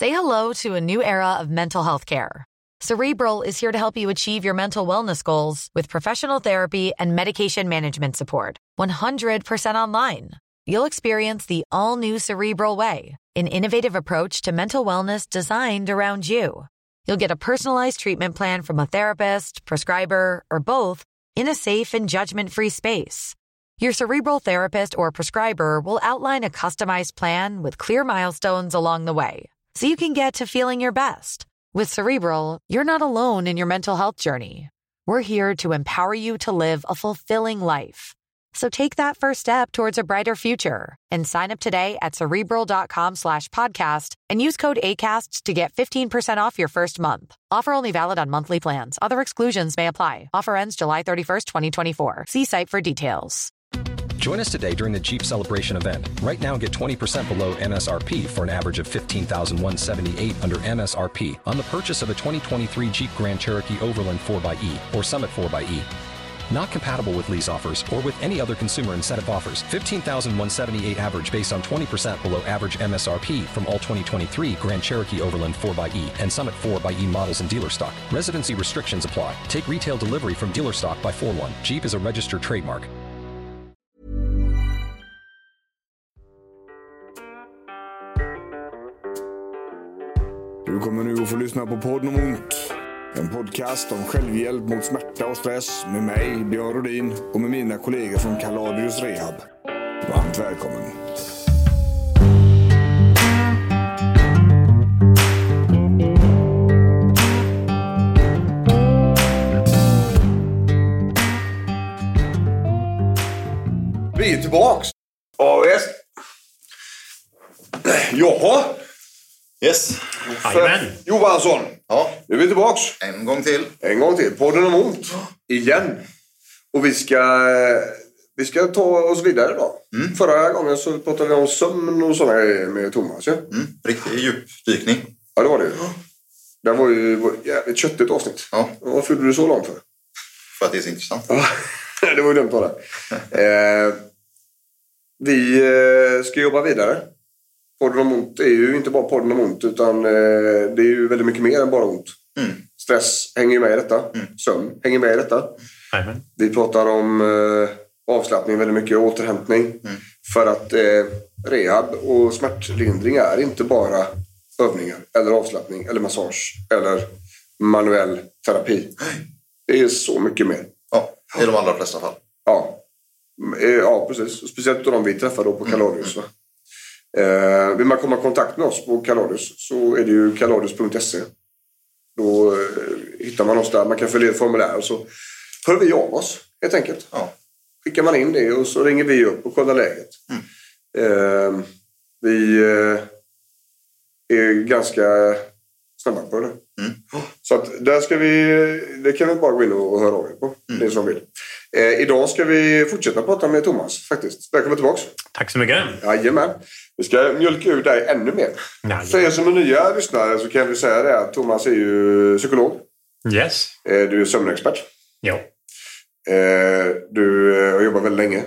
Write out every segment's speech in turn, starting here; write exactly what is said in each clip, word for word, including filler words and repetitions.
Say hello to a new era of mental health care. Cerebral is here to help you achieve your mental wellness goals with professional therapy and medication management support. one hundred percent online. You'll experience the all-new Cerebral Way, an innovative approach to mental wellness designed around you. You'll get a personalized treatment plan from a therapist, prescriber, or both in a safe and judgment-free space. Your Cerebral therapist or prescriber will outline a customized plan with clear milestones along the way, so you can get to feeling your best. With Cerebral, you're not alone in your mental health journey. We're here to empower you to live a fulfilling life. So take that first step towards a brighter future and sign up today at Cerebral.com slash podcast and use code ACAST to get fifteen percent off your first month. Offer only valid on monthly plans. Other exclusions may apply. Offer ends July thirty-first, twenty twenty-four. See site for details. Join us today during the Jeep Celebration event. Right now, get twenty percent below M S R P for an average of fifteen thousand one hundred seventy-eight dollars under M S R P on the purchase of a twenty twenty-three Jeep Grand Cherokee Overland four by E or Summit four by E. Not compatible with lease offers or with any other consumer incentive offers. fifteen thousand one hundred seventy-eight dollars average based on twenty percent below average M S R P from all twenty twenty-three Grand Cherokee Overland four by E and Summit four by E models in dealer stock. Residency restrictions apply. Take retail delivery from dealer stock by four one. Jeep is a registered trademark. Du kommer nu att få lyssna på Podden om ont. En podcast om självhjälp mot smärta och stress med mig, Björn Rodin, och med mina kollegor från Kaladius Rehab. Varmt välkommen. Vi är tillbaks. Ja, yes. Jaha. Yes. För Johansson. Ja. Nu är vi tillbaks. En gång till. En gång till. Podden om ont. Igen. Och vi ska, vi ska ta oss vidare då. Mm. Förra gången så pratade vi om sömn och sådana grejer med Thomas. Ja? Mm. Riktig djupdykning. Ja, det var det. Det var ju ett jävligt köttigt avsnitt. Ja. Vad fyllde du så långt för? För att det är så intressant. Ja, det var ju dumt av det. eh, vi eh, ska jobba vidare. Podden om ont är ju inte bara podden om ont, utan eh, det är ju väldigt mycket mer än bara ont. Mm. Stress hänger ju med i detta. Mm. Sömn hänger med i detta. Amen. Vi pratar om eh, avslappning väldigt mycket, återhämtning. Mm. För att eh, rehab och smärtlindring är inte bara övningar eller avslappning eller massage eller manuell terapi. Det är så mycket mer. Ja, i de allra flesta fall. Ja, ja precis. Speciellt de vi träffar då på Kaladius. Mm. Eh, vill man komma i kontakt med oss på Kaladius så är det ju kaladius punkt se. Då eh, hittar man oss där. Man kan följa ett formulär och så hör vi av oss helt enkelt. Ja. Skickar man in det och så ringer vi upp och kollar läget. Mm. Eh, vi eh, är ganska snabba på det. Mm. Så att där ska vi, det kan vi bara gå in och höra av er på. Mm. Det som vill. Eh, idag ska vi fortsätta prata med Thomas faktiskt. Välkommen tillbaka. Tack så mycket. Jajamän. Vi ska mjölka ur dig ännu mer. Nej. För er som är nya lyssnare så kan vi säga det att Thomas är ju psykolog. Yes. Eh, du är sömnexpert. Ja. Eh, du har jobbat väldigt länge.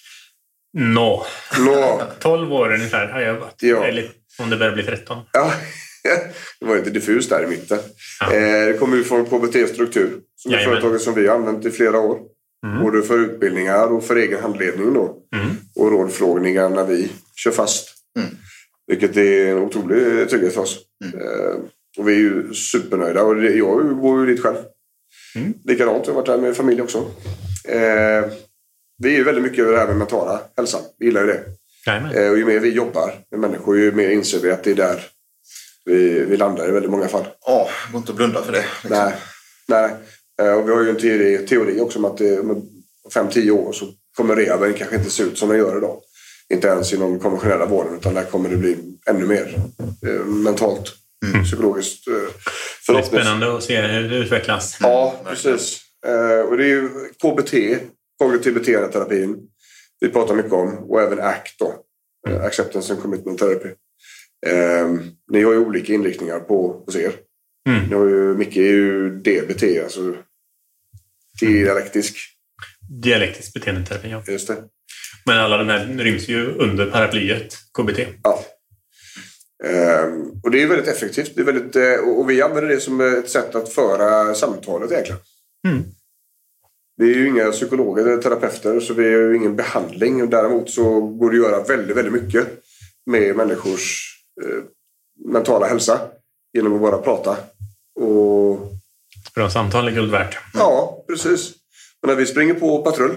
Nå. Nå. tolv år ungefär har jag jobbat. Ja. Eller om det börjar bli tretton. Ja. Det var lite diffus där i mitten. Ja. Eh, det kommer ju från K B T-struktur. Som är Jajamän. företaget som vi har använt i flera år. Mm. Både för utbildningar och för egen handledning då. Mm. Och rådfrågningar när vi kör fast. Mm. Vilket är en otrolig trygghet för oss. Mm. Eh, och vi är ju supernöjda. Och det, jag bor ju dit själv. Mm. Likadant, jag har varit där med familj också. Eh, vi är ju väldigt mycket över det här med mentala hälsan. Vi gillar ju det. Eh, och ju mer vi jobbar med människor, ju mer inser vi att det är där vi, vi landar i väldigt många fall. Ja, det går inte att blunda för det. Liksom. Nej, nej. Eh, och vi har ju en teori, teori också om att det, om fem till tio år så kommer rehaben kanske inte se ut som den gör idag. Inte ens inom konventionella vården, utan där kommer det bli ännu mer eh, mentalt, mm. psykologiskt. Eh, det är spännande att se hur det utvecklas. Ja, precis. Eh, och det är ju K B T, kognitiv beteendeterapin, vi pratar mycket om. Och även A C T då, mm. Acceptance and Commitment Therapy. Eh, ni har ju olika inriktningar på hos er. Mm. Ni har ju, mycket är ju D B T, alltså dialektisk. Dialektisk beteendeterapi, ja. Just det. Men alla de här ryms ju under paraplyet K B T. Ja. Um, och det är väldigt effektivt. Det är väldigt, uh, och vi använder det som ett sätt att föra samtalet egentligen. Mm. Vi är ju inga psykologer eller terapeuter, så vi är ju ingen behandling. Däremot så går det att göra väldigt, väldigt mycket med människors uh, mentala hälsa genom att bara prata. Och... Ett bra samtal är guld värt. Ja, precis. Men när vi springer på patrull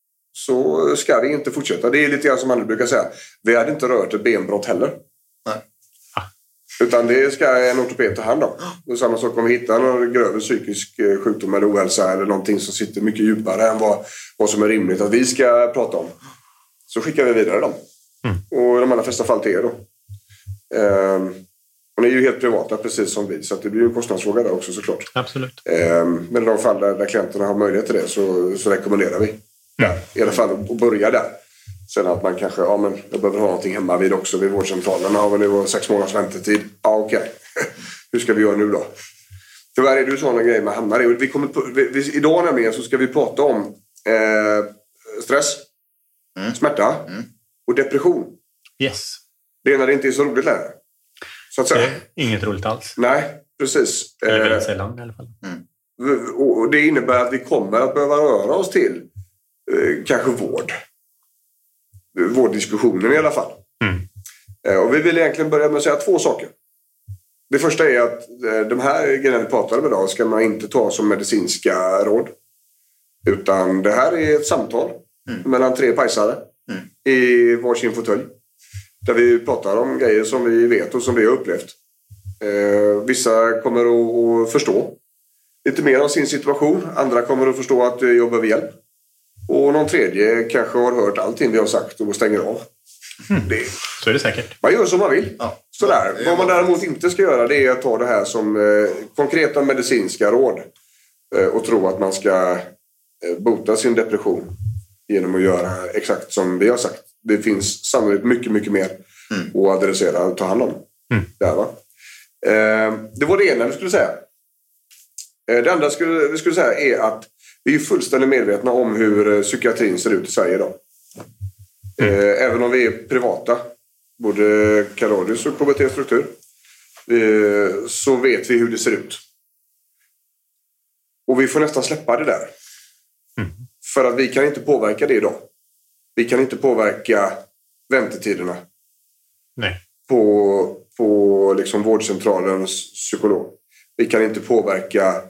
så ska vi inte fortsätta. Det är lite grann som man brukar säga. Vi hade inte rört ett benbrott heller. Nej. Ah. Utan det ska en ortoped ta hand om. Och samma sak om vi hittar någon grövre psykisk sjukdom eller ohälsa eller någonting som sitter mycket djupare än vad, vad som är rimligt att vi ska prata om. Så skickar vi vidare dem. Mm. Och i de allra flesta fall till er då. Ehm, och ni är ju helt privata precis som vi. Så att det blir ju en kostnadsfråga där också såklart. Absolut. Ehm, men i de fall där, där klienterna har möjlighet till det så, så rekommenderar vi. Ja, i alla fall att börja där. Sen att man kanske, ja men jag behöver ha någonting hemma vid också vid vårdcentralen. Ja men det var sex månaders väntetid. Ja okej. Okay. Hur ska vi göra nu då? Tyvärr är det ju sådana grejer man hamnar i. Vi kommer på, vi, vi, idag nämligen så ska vi prata om eh, stress, mm. smärta mm. och depression. Yes. Det är när det inte är så roligt längre. Så att säga. Det är inget roligt alls. Nej, precis. Eller väldigt sällan i alla fall. Mm. Och det innebär att vi kommer att behöva röra oss till eh, kanske vård. Vårddiskussionen i alla fall. Mm. Eh, och vi vill egentligen börja med att säga två saker. Det första är att eh, de här grejerna vi pratar om idag ska man inte ta som medicinska råd. Utan det här är ett samtal mm. mellan tre pajsare mm. i varsin fåtölj. Där vi pratar om grejer som vi vet och som vi har upplevt. Eh, vissa kommer att, att förstå lite mer om sin situation. Andra kommer att förstå att jag behöver hjälp. Och någon tredje kanske har hört allting vi har sagt och stänger av. Mm. Det, så är det säkert. Man gör som man vill. Ja. Sådär. Vad man däremot inte ska göra det är att ta det här som eh, konkreta medicinska råd. Eh, och tro att man ska eh, bota sin depression genom att göra exakt som vi har sagt. Det finns sannolikt mycket, mycket mer mm. att adressera och ta hand om. Mm. Där, va? Eh, det var det ena vi skulle säga. Eh, det andra skulle, vi skulle säga är att vi är fullständigt medvetna om hur psykiatrin ser ut i Sverige idag. Mm. Eh, även om vi är privata, både Kaladius och K B T-struktur, eh, så vet vi hur det ser ut. Och vi får nästan släppa det där. Mm. För att vi kan inte påverka det idag. Vi kan inte påverka väntetiderna. Nej. På, på liksom vårdcentralens psykolog. Vi kan inte påverka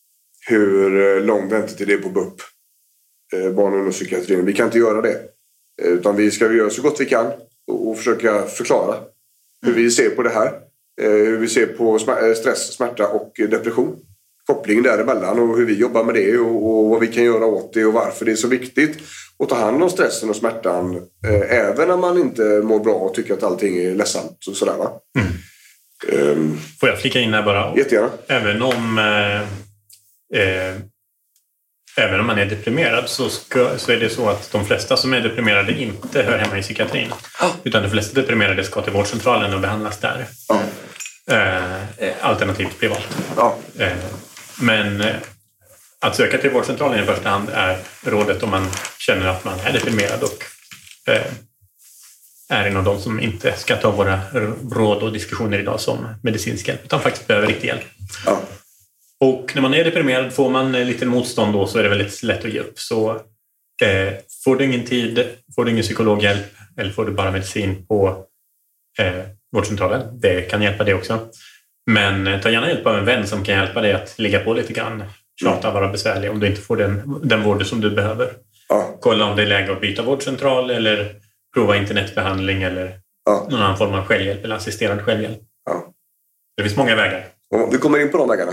hur lång väntetid det är på B U P. Eh, barn- och ungdomspsykiatrin. Vi kan inte göra det. Eh, utan vi ska göra så gott vi kan. Och, och försöka förklara hur vi ser på det här. Eh, hur vi ser på sm- stress, smärta och depression. Kopplingen däremellan och hur vi jobbar med det. Och, och vad vi kan göra åt det. Och varför det är så viktigt att ta hand om stressen och smärtan. Eh, även när man inte mår bra och tycker att allting är ledsamt. Och sådär, va? Mm. Um, Får jag flika in här bara? Jättegärna. Även om... Eh... Eh, även om man är deprimerad så, ska, så är det så att de flesta som är deprimerade inte hör hemma i psykiatrin. Oh. Utan de flesta deprimerade ska till vårdcentralen och behandlas där. Oh. Eh, alternativt privat. Oh. Eh, men eh, att söka till vårdcentralen i första hand är rådet om man känner att man är deprimerad och eh, är en av de som inte ska ta våra råd och diskussioner idag som medicinsk hjälp utan faktiskt behöver riktig hjälp. Oh. Och när man är deprimerad får man lite motstånd då så är det väldigt lätt att ge upp. Så eh, får du ingen tid, får du ingen psykologhjälp eller får du bara medicin på eh, vårdcentralen. Det kan hjälpa det också. Men eh, ta gärna hjälp av en vän som kan hjälpa dig att ligga på lite grann. Tjata, vara besvärlig om du inte får den, den vård som du behöver. Ja. Kolla om det är läge att byta vårdcentral eller prova internetbehandling eller ja. någon annan form av självhjälp eller assisterad självhjälp. Ja. Det finns många vägar. Ja, vi kommer in på de vägarna.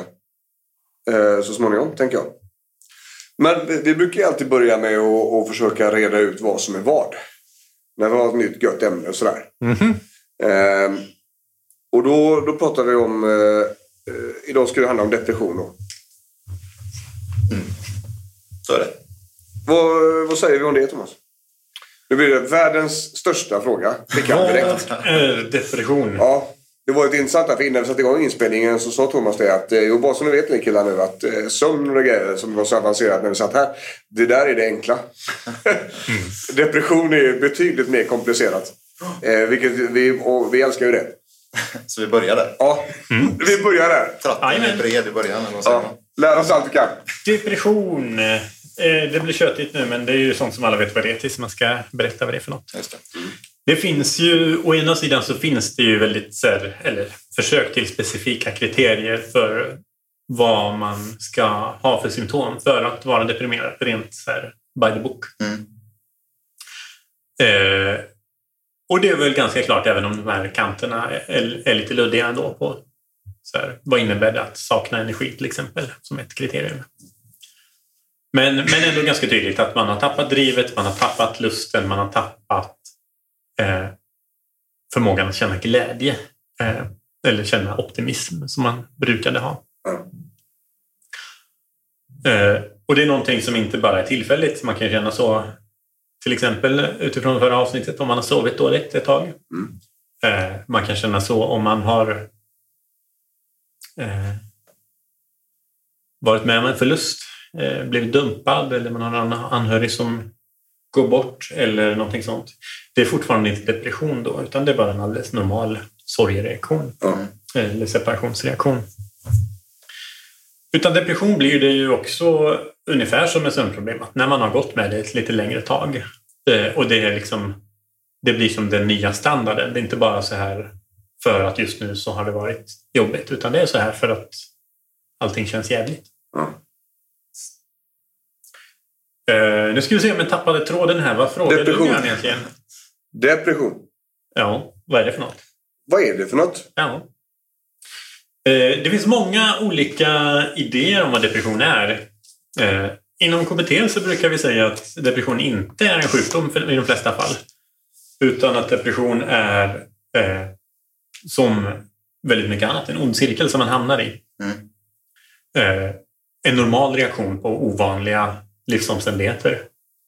Så småningom, tänker jag. Men vi, vi brukar ju alltid börja med att, att försöka reda ut vad som är vad. När vi har ett nytt gött ämne och sådär. Mm-hmm. Eh, och då, då pratar vi om... Eh, idag ska det handla om depression då. Mm. Så är det. Vad, vad säger vi om det, Thomas? Nu blir det världens största fråga. Det kan direkt. Vad är depression? Ja. Det var ett intressant att innan vi satte igång inspelningen så sa Thomas det att, och bara som ni vet ni killar nu, att sömn och grejer som var så avancerat när vi satt här, det där är det enkla. Mm. Depression är betydligt mer komplicerat. Eh, vilket vi, och vi älskar ju det. Så vi börjar där. Ja, mm. vi börjar där. Tratten är bred i början. Eller vad säger man? Lär oss allt vi kan. Depression. Det blir tjötigt nu, men det är ju sånt som alla vet vad det är tills man ska berätta vad det är för något. Just det. Mm. Det finns ju, å ena sidan så finns det ju väldigt så här, eller försök till specifika kriterier för vad man ska ha för symptom för att vara deprimerad, rent så här by the book. Mm. Eh, och det är väl ganska klart, även om de här kanterna är, är lite luddiga ändå på så här, vad innebär det att sakna energi till exempel som ett kriterium. Men, men ändå ganska tydligt att man har tappat drivet, man har tappat lusten, man har tappat eh, förmågan att känna glädje eh, eller känna optimism som man brukade ha. Mm. Eh, och det är någonting som inte bara är tillfälligt. Man kan känna så till exempel utifrån förra avsnittet om man har sovit dåligt ett tag. Mm. Eh, man kan känna så om man har eh, varit med om en förlust, eh, blivit dumpad eller man har en anhörig som går bort eller någonting sånt. Det är fortfarande inte depression då, utan det är bara en alldeles normal sorgereaktion mm. eller separationsreaktion. Utan depression blir det ju också ungefär som ett sömnproblem. Att när man har gått med det ett lite längre tag och det är liksom, det blir som den nya standarden. Det är inte bara så här för att just nu så har det varit jobbigt, utan det är så här för att allting känns jävligt. Mm. Uh, nu ska vi se om jag tappade tråden här. Vad frågade du egentligen? Depression. Ja, vad är det för något? Vad är det för något? Ja. Det finns många olika idéer om vad depression är. Inom K B T så brukar vi säga att depression inte är en sjukdom i de flesta fall. Utan att depression är eh, som väldigt mycket annat, en ond cirkel som man hamnar i. Mm. Eh, en normal reaktion på ovanliga livsomständigheter.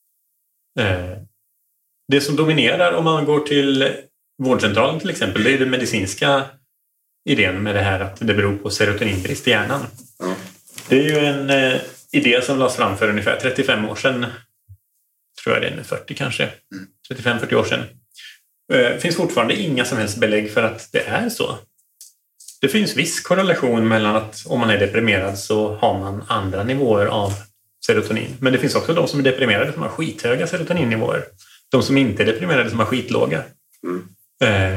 Eh, det som dominerar om man går till vårdcentralen till exempel, det är det medicinska idén med det här att det beror på serotoninbrist i hjärnan. Mm. Det är ju en eh, idé som lades fram för ungefär trettiofem år sedan. Tror jag det är nu, fyrtio kanske. Mm. trettiofem till fyrtio år sedan. Det eh, finns fortfarande inga som helst belägg för att det är så. Det finns viss korrelation mellan att om man är deprimerad så har man andra nivåer av serotonin. Men det finns också de som är deprimerade som har skithöga serotoninnivåer. De som inte är deprimerade som har skitlåga. Mm. Eh,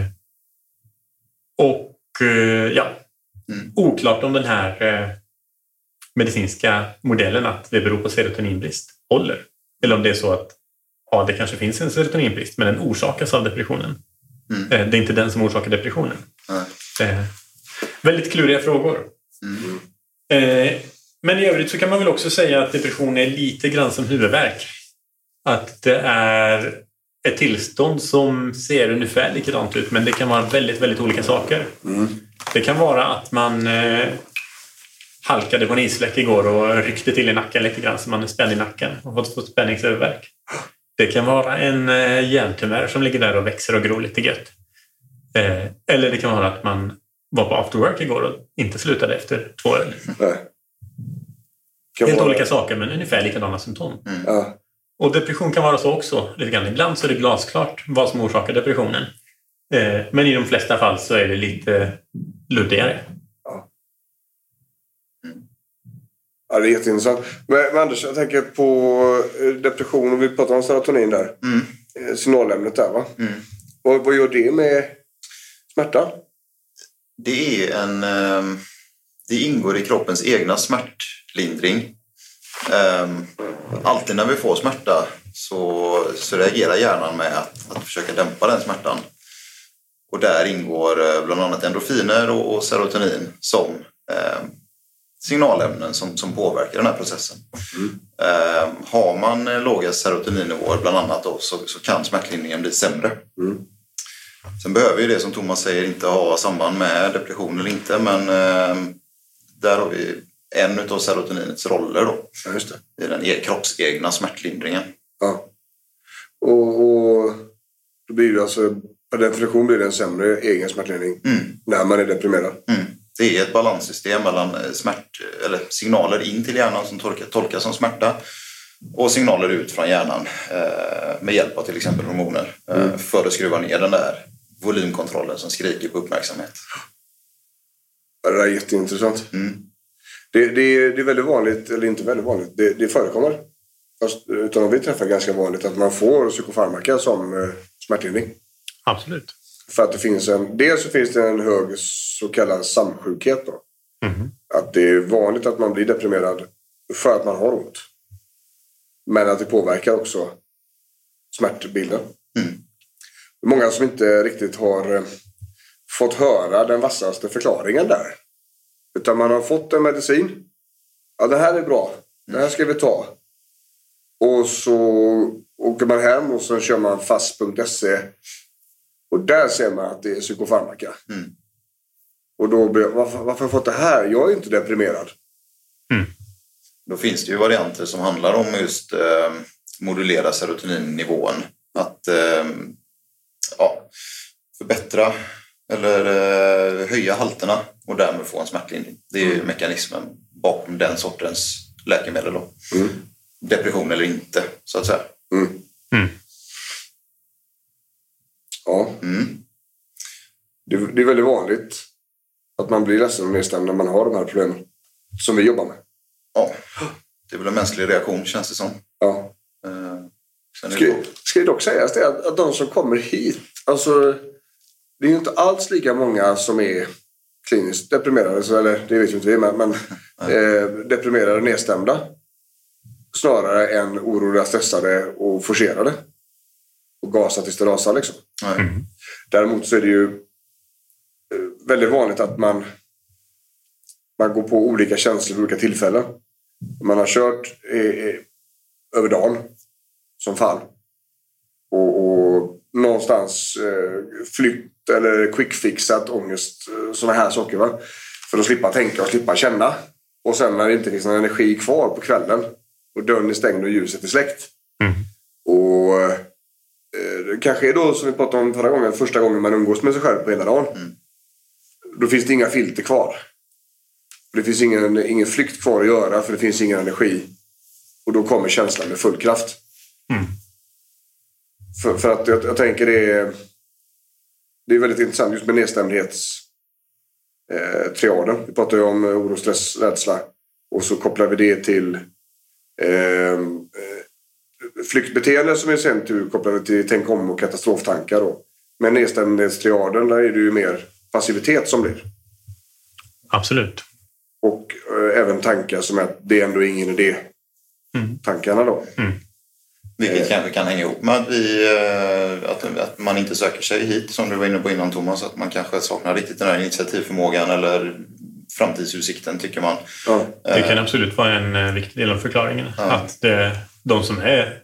och ja, mm. oklart om den här eh, medicinska modellen att det beror på serotoninbrist håller. Eller om det är så att ja, det kanske finns en serotoninbrist men den orsakas av depressionen. Mm. Eh, det är inte den som orsakar depressionen. Mm. Eh, väldigt kluriga frågor. Mm. Eh, men i övrigt så kan man väl också säga att depression är lite grann som huvudvärk. Att det är ett tillstånd som ser ungefär likadant ut, men det kan vara väldigt, väldigt olika saker. Mm. Det kan vara att man eh, halkade på en isfläck igår och ryckte till i nacken lite grann så man är spänd i nacken och har fått spänningsövervärk. Det kan vara en eh, hjärntumör som ligger där och växer och gror lite gött. Eh, eller det kan vara att man var på after work igår och inte slutade efter två öl. Nej. Helt vara... olika saker, men ungefär likadana symptom. Mm. Ja. Och depression kan vara så också. Lite grann. Ibland så är det glasklart vad som orsakar depressionen. Eh, men i de flesta fall så är det lite luddigare. Ja, mm. Ja, det är jätteintressant. Men, men Anders, jag tänker på depression och vi pratar om serotonin där. Mm. Signalämnet där, va? Mm. Och, vad gör det med smärta? Det är en... Um, det ingår i kroppens egna smärtlindring. Um, alltid när vi får smärta så, så reagerar hjärnan med att, att försöka dämpa den smärtan. Och där ingår bland annat endorfiner och, och serotonin som eh, signalämnen som, som påverkar den här processen. Mm. Eh, har man låga serotoninnivåer bland annat då, så, så kan smärtlindringen bli sämre. Mm. Sen behöver ju det som Thomas säger inte ha samband med depression eller inte, men eh, där har vi en av serotoninets roller då. Ja, just det. I den kroppsegna smärtlindringen. Ja. Och, och då blir det alltså, per definition blir det en sämre egen smärtlindring mm. när man är deprimerad. Mm. Det är ett balanssystem mellan smärt, eller signaler in till hjärnan som tolkas, tolkas som smärta och signaler ut från hjärnan eh, med hjälp av till exempel hormoner mm. eh, för att skruva ner den där volymkontrollen som skriker på uppmärksamhet. Det där är jätteintressant. Mm. Det, det, det är väldigt vanligt, eller inte väldigt vanligt, det, det förekommer. Fast, utan vi träffar ganska vanligt att man får psykofarmaka som eh, smärtlindring. Absolut. För att det finns en, dels så finns det en hög så kallad samsjukhet då. Mm. Att det är vanligt att man blir deprimerad för att man har ont. Men att det påverkar också smärtbilden. Mm. Många som inte riktigt har eh, fått höra den vassaste förklaringen där. Utan man har fått en medicin. Ja, det här är bra. Det här ska vi ta. Och så åker man hem och så kör man fast punkt se. Och där ser man att det är psykofarmaka. Mm. Och då blir jag, varför, varför har jag fått det här? Jag är inte deprimerad. Mm. Då finns det ju varianter som handlar om just eh, modulera serotoninnivån. Att eh, ja, förbättra eller eh, höja halterna och därmed få en smärtlindring. Det är ju Mm. mekanismen bakom den sortens läkemedel då. Mm. Depression eller inte, så att säga. Mm. Mm. Ja, Mm. det, det är väldigt vanligt att man blir ledsen och nedstämd när man har de här problemen som vi jobbar med. Ja, det är väl en mänsklig reaktion, känns det som. Ja. Eh, sen är Ska, det ska det dock sägas det att, att de som kommer hit, alltså det är ju inte alls lika många som är kliniskt deprimerade, så, eller det vet ju inte vi, men, men eh, deprimerade nedstämda snarare än oroliga, stressade och forcerade och gasa tills det rasar liksom. Nej. Mm. Däremot så är det ju eh, väldigt vanligt att man man går på olika känslor vid olika tillfällen. Man har kört eh, över dagen som fan. Och, och någonstans eh, flytt eller quickfixat ångest, eh, sådana här saker va. För att slippa tänka och slippa känna. Och sen när det inte finns någon energi kvar på kvällen och dörren är stängd och ljuset är släckt. Mm. Och eh, det kanske är då som vi pratade om förra gången, första gången man umgås med sig själv på hela dagen. Mm. Då finns det inga filter kvar. Det finns ingen, ingen flykt kvar att göra för det finns ingen energi. Och då kommer känslan med full kraft. Mm. För, för att jag, jag tänker det är, det är väldigt intressant just med nedstämdhets eh, triaden. Vi pratar ju om oro, stress, rädsla. Och så kopplar vi det till eh, flyktbeteende som i sin tur kopplar vi till tänk om och katastroftankar. Då. Men nedstämdhetstriaden, där är det ju mer passivitet som blir. Absolut. Och eh, även tankar som att det är ändå ingen idé. Mm. Tankarna då. Mm. Vilket Eh. kanske kan hänga ihop med att, vi, eh, att, att man inte söker sig hit, som du var inne på innan Thomas, att man kanske saknar riktigt den här initiativförmågan eller framtidsutsikten, tycker man. Ja. Det kan absolut vara en eh, viktig del av förklaringen. Ja. Att det, de som är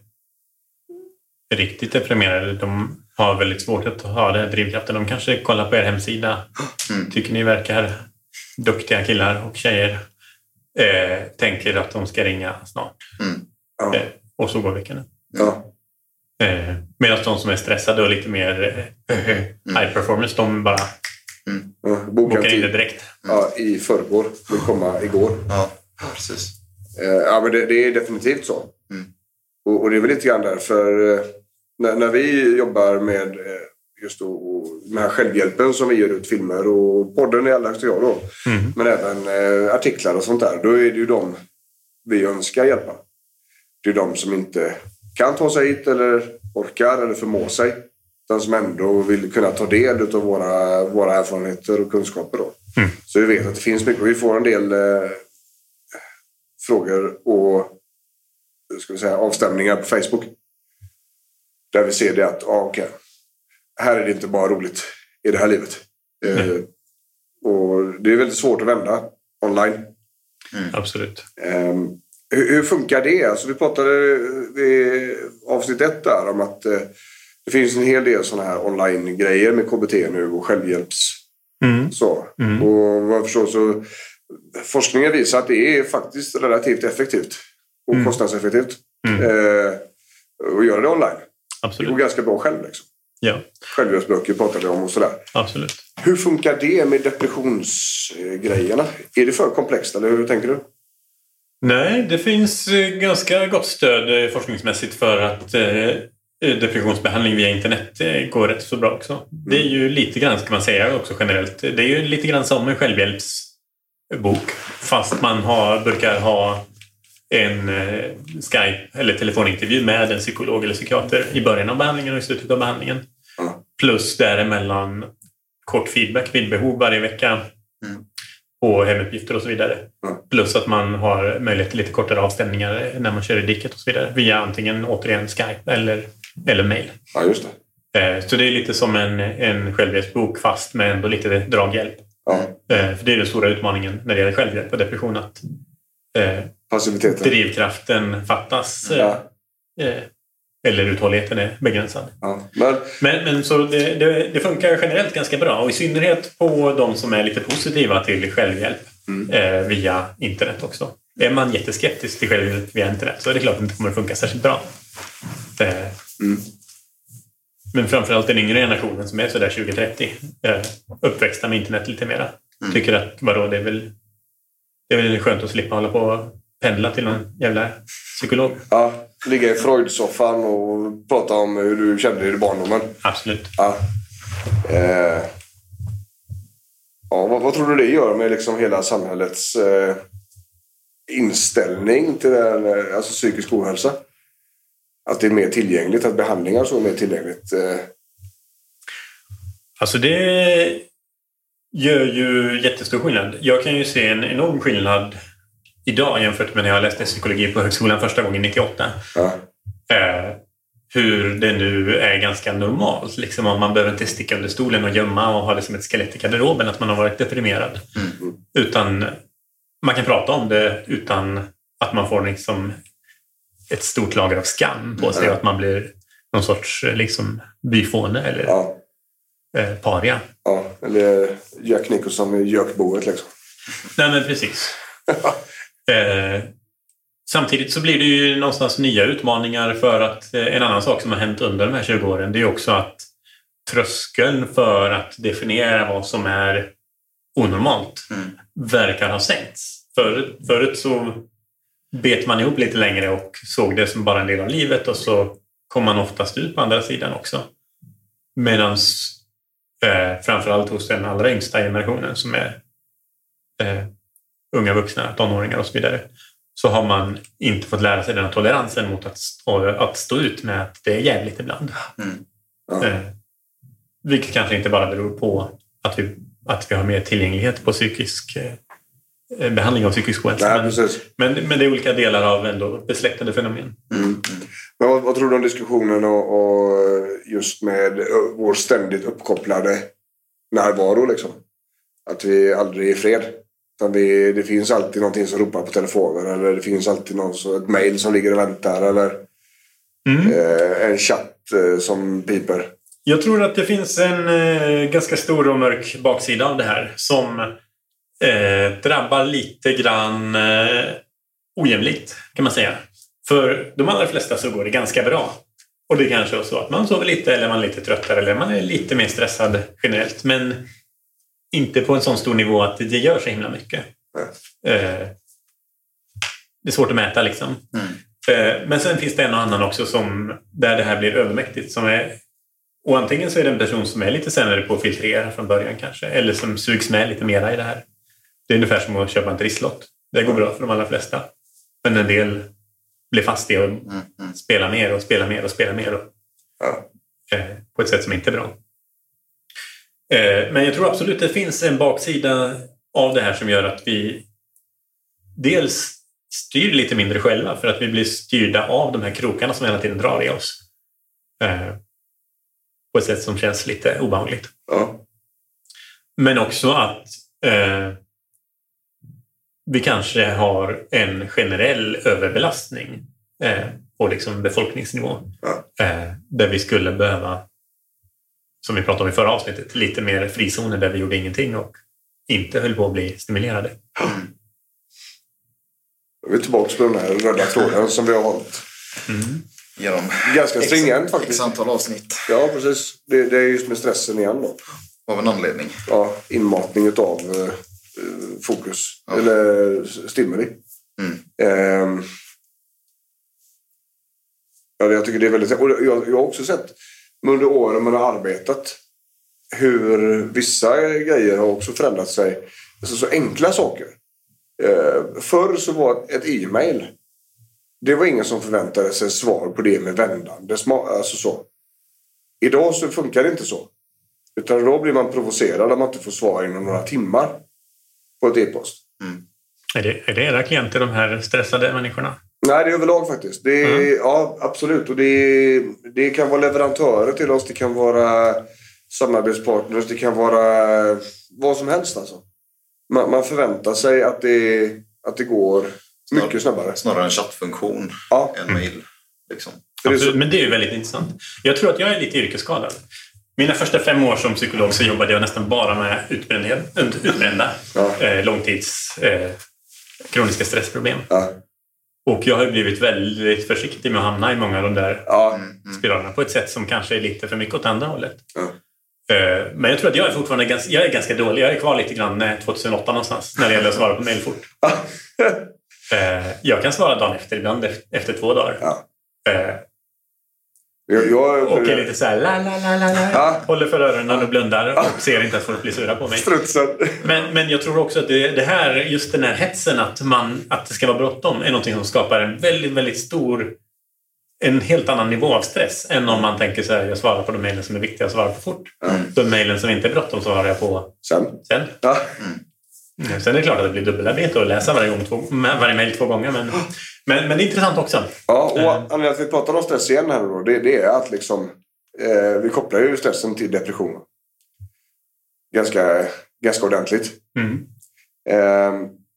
riktigt deprimerade, de har väldigt svårt att ha den här drivkraften. De kanske kollar på er hemsida. Mm. Tycker ni verkar duktiga killar och tjejer. Eh, tänker att de ska ringa snart. Mm. Ja. Eh, och så går veckan. Ja. Eh, medan de som är stressade och lite mer eh, high performance, de bara Ja. Boka bokar in det tid. direkt. Ja, i förrgår. Vill komma igår. Ja, precis. Eh, ja, men det, det är definitivt så. Mm. Och, och det är väl lite grann därför eh, när, när vi jobbar med eh, just då, och med här självhjälpen som vi gör ut filmer och podden i allra högsta grad då. Mm. Men även eh, artiklar och sånt där. Då är det ju de vi önskar hjälpa. Det är de som inte kan ta sig hit eller orkar eller förmå sig. De som ändå vill kunna ta del av våra, våra erfarenheter och kunskaper då. Mm. Så vi vet att det finns mycket. Vi får en del eh, frågor och ska vi säga, avstämningar på Facebook. Där vi ser det att, ah, okej, okay, här är det inte bara roligt i det här livet. Mm. Eh, och det är väldigt svårt att vända online. Mm. Absolut. Eh, hur, hur funkar det? Alltså, vi pratade i avsnitt ett där om att eh, det finns en hel del sådana här online-grejer med K B T nu och självhjälps. Mm. Så. Mm. Och vad jag förstår så forskningen visar att det är faktiskt relativt effektivt och Mm. kostnadseffektivt Mm. eh, att göra det online. Det går Absolut. ganska bra själv liksom. Ja, Självhjälpsböcker pratar vi om och sådär. absolut. Hur funkar det med depressionsgrejerna? Är det för komplext eller hur tänker du? Nej, det finns eh, ganska gott stöd eh, forskningsmässigt för att eh, depressionsbehandling via internet går rätt så bra också. Mm. Det är ju lite grann, ska man säga också generellt, det är ju lite grann som en självhjälpsbok, fast man har, brukar ha en eh, Skype eller telefonintervju med en psykolog eller psykiater i början av behandlingen och i slutet av behandlingen. Mm. Plus däremellan kort feedback vid behov varje vecka mm. och hemuppgifter och så vidare. Mm. Plus att man har möjlighet till lite kortare avstämningar när man kör i diket och så vidare via antingen återigen Skype eller, eller mail. Ja, just det. Eh, så det är lite som en, en självhjälpsbok fast med ändå lite draghjälp. Ja. Eh, för det är den stora utmaningen när det gäller självhjälp och depression, att eh, passiviteten, drivkraften fattas ja. eh, eller uthålligheten är begränsad. Ja. Men, men, men så det, det, det funkar generellt ganska bra, och i synnerhet på de som är lite positiva till självhjälp mm. eh, via internet också. Är man jätteskeptisk till självhjälp via internet så är det klart att det inte kommer att funka särskilt bra. Eh, mm. Men framförallt den yngre generationen som är sådär tjugo trettio eh, uppväxta med internet lite mera. Mm. Tycker att vadå, det är väl det är väl skönt att slippa hålla på och pendla till någon jävla psykolog. Ja, ligga i Freud-soffan och prata om hur du kände dig i barndomen. Absolut. Ja. Eh. Ja, vad, vad tror du det gör med liksom hela samhällets eh, inställning till den, alltså psykisk ohälsa? Att det är mer tillgängligt, att behandlingar så är mer tillgängligt? Eh. Alltså det gör ju jättestor skillnad. Jag kan ju se en enorm skillnad idag jämfört med när jag läste psykologi på högskolan första gången nittioåtta. Ja. Eh, hur det nu är ganska normalt. Liksom, om man behöver inte sticka under stolen och gömma och ha det som ett skelett i garderoben att man har varit deprimerad. Mm. Utan man kan prata om det utan att man får liksom ett stort lager av skam på sig. Mm. Och att man blir någon sorts liksom, byfåne eller ja. eh, paria. Ja, eller Jack Nicholson i Jökboet liksom. Nej, men precis. eh, samtidigt så blir det ju någonstans nya utmaningar, för att eh, en annan sak som har hänt under de här tjugo åren, det är också att tröskeln för att definiera vad som är onormalt mm. verkar ha sänkts. Förut, förut så bet man ihop lite längre och såg det som bara en del av livet, och så kom man oftast ut på andra sidan också. Medan eh, framförallt hos den allra yngsta generationen som är eh, unga vuxna, tonåringar och så vidare, så har man inte fått lära sig den här toleransen mot att stå, att stå ut med att det är jävligt ibland. Mm. Ja. Eh, vilket kanske inte bara beror på att vi, att vi har mer tillgänglighet på psykisk eh, behandling av psykisk ohälsa. Men, men, men det är olika delar av ändå besläktade fenomen. Mm. Mm. Men vad, vad tror du om diskussionen och, och just med vår ständigt uppkopplade närvaro liksom? Att vi aldrig är i fred. Vi, det finns alltid någonting som ropar på telefonen, eller det finns alltid någon, så ett mejl som ligger och väntar, eller mm. eh, en chatt eh, som piper. Jag tror att det finns en eh, ganska stor och mörk baksida av det här som eh, drabbar lite grann eh, ojämlikt, kan man säga. För de allra flesta så går det ganska bra. Och det kanske är så att man sover lite, eller man är lite tröttare, eller man är lite mer stressad generellt. Men inte på en sån stor nivå att det gör så himla mycket. Mm. Eh, det är svårt att mäta liksom. Mm. Eh, men sen finns det en och annan också som, där det här blir övermäktigt. Som är, och antingen så är det en person som är lite sämre på att filtrera från början kanske. Eller som sugs med lite mera i det här. Det är ungefär som att köpa en trisslott. Det går bra för de allra flesta. Men en del blir fast i att mm. Mm. spela mer och spela mer och spela mer. Och, ja. eh, på ett sätt som inte är bra. Men jag tror absolut det finns en baksida av det här som gör att vi dels styr lite mindre själva, för att vi blir styrda av de här krokarna som hela tiden drar i oss. På ett sätt som känns lite obehagligt. Ja. Men också att eh, vi kanske har en generell överbelastning eh, på liksom befolkningsnivå. Ja. Eh, där vi skulle behöva, som vi pratade om i förra avsnittet, lite mer frizoner där vi gjorde ingenting och inte höll på att bli stimulerade. Mm. Vi är tillbaka på den här röda tråden som vi har hållit. Mm. Genom ganska stringent faktiskt. X antal avsnitt. Ja, precis. Det, det är just med stressen igen då. Av en anledning. Ja, inmatning utav eh, fokus. Ja. Eller stimuli. Mm. Eh, Ja, jag tycker det är väldigt... Och jag, jag har också sett under åren man har arbetat hur vissa grejer har också förändrat sig. Alltså så enkla saker. Eh, förr så var ett e-mail, det var ingen som förväntade sig svar på det med vändande. Alltså så. Idag så funkar det inte så. Utan då blir man provocerad om man inte får svar inom några timmar på ett e-post. Mm. Är det, är det era klienter, de här stressade människorna? Nej, det är överlag faktiskt. Det är, mm. Ja, absolut. Och det, det kan vara leverantörer till oss, det kan vara samarbetspartners, det kan vara vad som helst alltså. Man, man förväntar sig att det, att det går mycket Snar, snabbare. Snarare en chattfunktion ja. än mail. Liksom. Absolut, men det är ju väldigt intressant. Jag tror att jag är lite yrkesskadad. Mina första fem år som psykolog så jobbade jag nästan bara med utbrända, ja. eh, långtids eh, kroniska stressproblem. Ja. Och jag har blivit väldigt försiktig med att hamna i många av de där ja. mm. spiralerna på ett sätt som kanske är lite för mycket åt andra hållet. Ja. Men jag tror att jag är fortfarande ganska, jag är ganska dålig. Jag är kvar lite grann tjugohundraåtta någonstans när det gäller att svara på mejl fort. Jag kan svara dagen efter, ibland efter två dagar. Ja. Jag, jag, och är lite så här la la la la la. Ja. Håller för öronen och blundar och ser inte att folk blir sura på mig. Men, men jag tror också att det, det här, just den här hetsen att, man, att det ska vara bråttom är någonting som skapar en väldigt, väldigt stor, en helt annan nivå av stress än om man tänker så här, jag svarar på de mejlen som är viktiga att svara på fort. Mm. De mejlen som inte är bråttom svarar jag på sen. sen. Ja. Mm. Sen är det klart att det blir dubbelarbete att läsa varje, gång, två, varje mejl två gånger. Men, men, men det är intressant också. Ja, och anledningen till att vi pratar om stress igen här då, det, det är att liksom, eh, vi kopplar ju stressen till depression. Ganska, ganska ordentligt. Mm. Eh,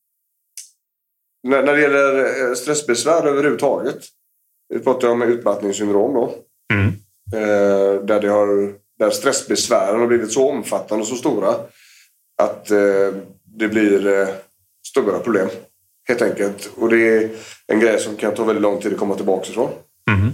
när, när det gäller stressbesvär överhuvudtaget, vi pratar om utmattningssyndrom då. Mm. Eh, där, det har, där stressbesvären har blivit så omfattande och så stora att eh, det blir eh, stora problem. Helt enkelt. Och det är en grej som kan ta väldigt lång tid att komma tillbaka ifrån. Mm.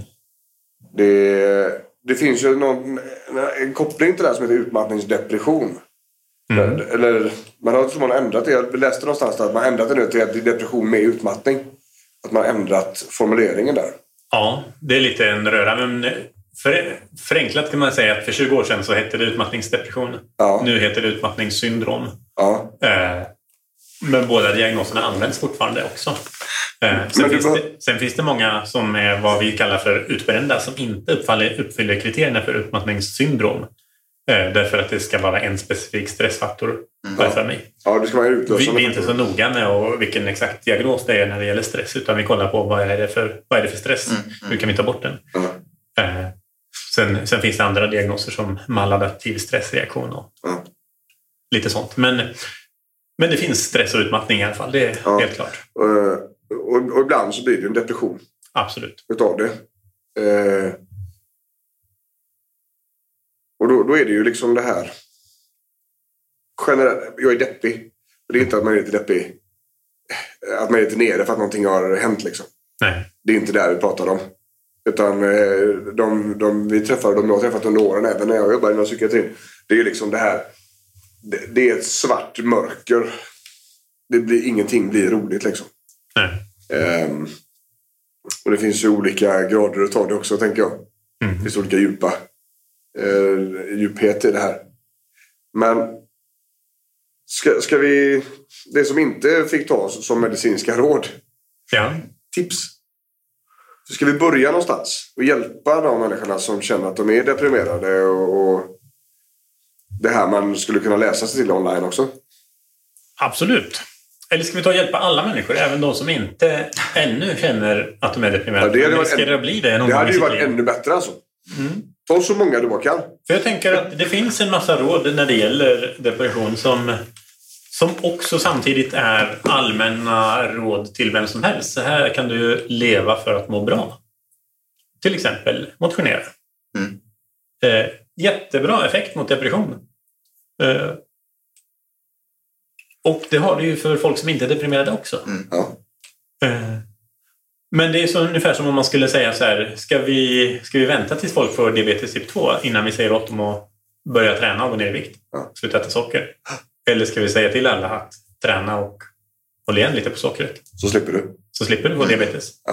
Det, det finns ju någon, en koppling till det här som heter utmattningsdepression. Mm. Eller man har, man har ändrat det. Jag läste någonstans att man ändrat det nu till depression med utmattning. Att man har ändrat formuleringen där. Ja, det är lite en röra. Men för, förenklat kan man säga att för tjugo år sedan så hette det utmattningsdepression. Ja. Nu heter det utmattningssyndrom. Ja. Eh, men båda diagnoserna används fortfarande också. Eh, sen, finns bara... det, sen finns det många som är vad vi kallar för utbrända som inte uppfaller, uppfyller kriterierna för utmattningssyndrom. Eh, därför att det ska vara en specifik stressfaktor mm. för mig. Ja, det ska vara vi, vi är inte så noga med och vilken exakt diagnos det är när det gäller stress, utan vi kollar på vad är det för, vad är det för stress. Mm. Mm. Hur kan vi ta bort den? Mm. Eh, sen, sen finns det andra diagnoser som maladaptiv stressreaktion och mm. lite sånt. Men, men det finns stress och utmattning i alla fall, det är ja. helt klart. Uh, och, och ibland så blir det en depression. Absolut. Utav det. Uh, och då, då är det ju liksom det här. Generellt, jag är deppig. Det är inte att man är lite deppig. Att man är lite nere för att någonting har hänt liksom. Nej. Det är inte där vi pratar om. Utan de, de vi träffar, de jag har träffat under åren, även när jag jobbar inom psykiatrin, det är ju liksom det här, det, det är ett svart mörker. Det blir, ingenting blir roligt liksom. Nej. Um, och det finns ju olika grader att ta det också, tänker jag. Mm. Det finns olika djupa uh, djuphet i det här. Men ska, ska vi, det som inte fick tas som medicinska råd, ja. tips. Så ska vi börja någonstans och hjälpa de människorna som känner att de är deprimerade och, och det här man skulle kunna läsa sig till online också. Absolut. Eller ska vi ta och hjälpa alla människor, även de som inte ännu känner att de är deprimerade? Ja, det hade, varit, en, bli det, det hade ju varit ännu bättre alltså. Mm. Ta så många du bara kan. För jag tänker att det finns en massa råd när det gäller depression som... Som också samtidigt är allmänna råd till vem som helst. Så här kan du leva för att må bra. Till exempel motionera. Mm. Eh, jättebra effekt mot depression. Eh, och det har det ju för folk som inte är deprimerade också. Mm. Ja. Eh, men det är så ungefär som om man skulle säga så här. Ska vi, ska vi vänta tills folk får diabetes typ två innan vi säger åt dem att börja träna och gå ner i vikt? Ja. Sluta äta socker. Eller ska vi säga till alla att träna och hålla igen lite på sockret? Så slipper du. Så slipper du få diabetes. Ja.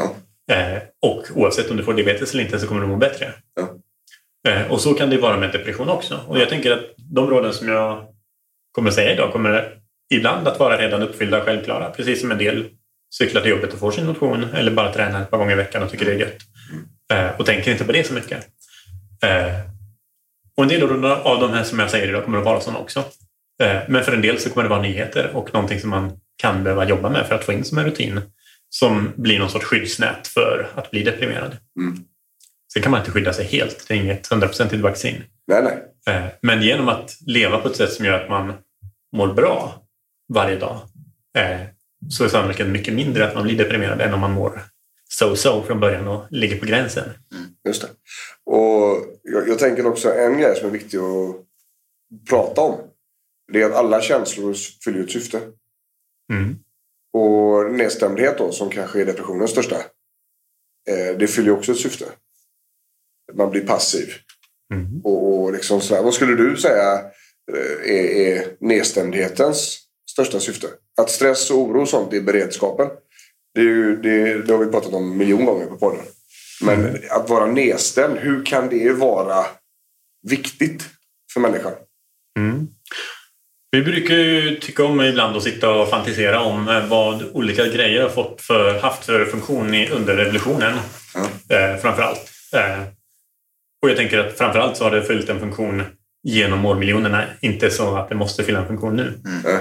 Eh, och oavsett om du får diabetes eller inte så kommer du må bättre. Ja. Eh, och så kan det vara med depression också. Och jag tänker att de råden som jag kommer att säga idag kommer ibland att vara redan uppfyllda och självklara. Precis som en del cyklar till jobbet och får sin motion eller bara tränar ett par gånger i veckan och tycker det är gött. Eh, och tänker inte på det så mycket. Eh, och en del av de här som jag säger idag kommer att vara sådana också. Eh, men för en del så kommer det vara nyheter och någonting som man kan behöva jobba med för att få in som en rutin som blir någon sorts skyddsnät för att bli deprimerad. Mm. Sen kan man inte skydda sig helt. Det är inget hundraprocentigt vaccin. Nej, nej. Eh, men genom att leva på ett sätt som gör att man mår bra varje dag eh, så är sannolikheten mycket mindre att man blir deprimerad än om man mår so-so från början och ligger på gränsen. Mm, just det. Och jag, jag tänker också en grej som är viktig att prata om. Det är att alla känslor fyller ett syfte. Mm. Och nedstämdhet då, som kanske är depressionens största, eh, det fyller också ett syfte. Man blir passiv. Mm. Och, och liksom sådär. Vad skulle du säga är, är nedstämdhetens största syfte? Att stress och oro och sånt är beredskapen. Det, är ju, det, det har vi pratat om miljon gånger på podden. Men mm. att vara nedstämd, hur kan det vara viktigt för människan? Mm. Vi brukar ju tycka om ibland att sitta och fantisera om vad olika grejer har fått för, haft för funktion i, under revolutionen. Mm. Eh, framförallt. Eh, och jag tänker att framförallt så har det fyllt en funktion genom årmiljonerna. Inte så att det måste fylla en funktion nu. Mm.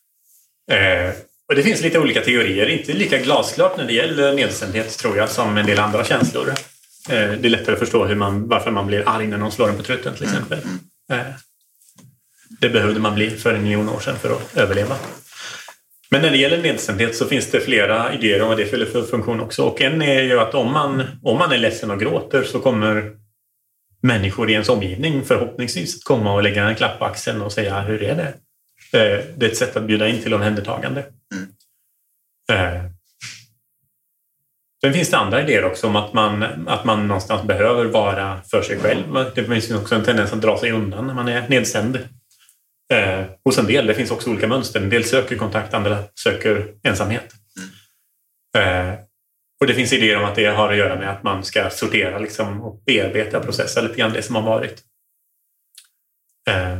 Eh, och det finns lite olika teorier. Inte lika glasklart när det gäller nedstämdhet tror jag som en del andra känslor. Eh, det är lättare att förstå hur man, varför man blir arg när någon slår en på truten till exempel. Eh, det behövde man bli för en miljon år sedan för att överleva. Men när det gäller nedstämdhet så finns det flera idéer om vad det fyller för funktion också. Och en är ju att om man, om man är ledsen och gråter så kommer människor i ens omgivning förhoppningsvis att komma och lägga en klapp på axeln och säga hur är det? Det är ett sätt att bjuda in till omhändertagande. Mm. Sen finns det andra idéer också om att man, att man någonstans behöver vara för sig själv. Det finns också en tendens att dra sig undan när man är nedstämd. Eh, hos en del, det finns också olika mönster. En del söker kontakt, andra söker ensamhet. Mm. Eh, och det finns idéer om att det har att göra med att man ska sortera liksom, och bearbeta och processa lite grann det som har varit. Eh,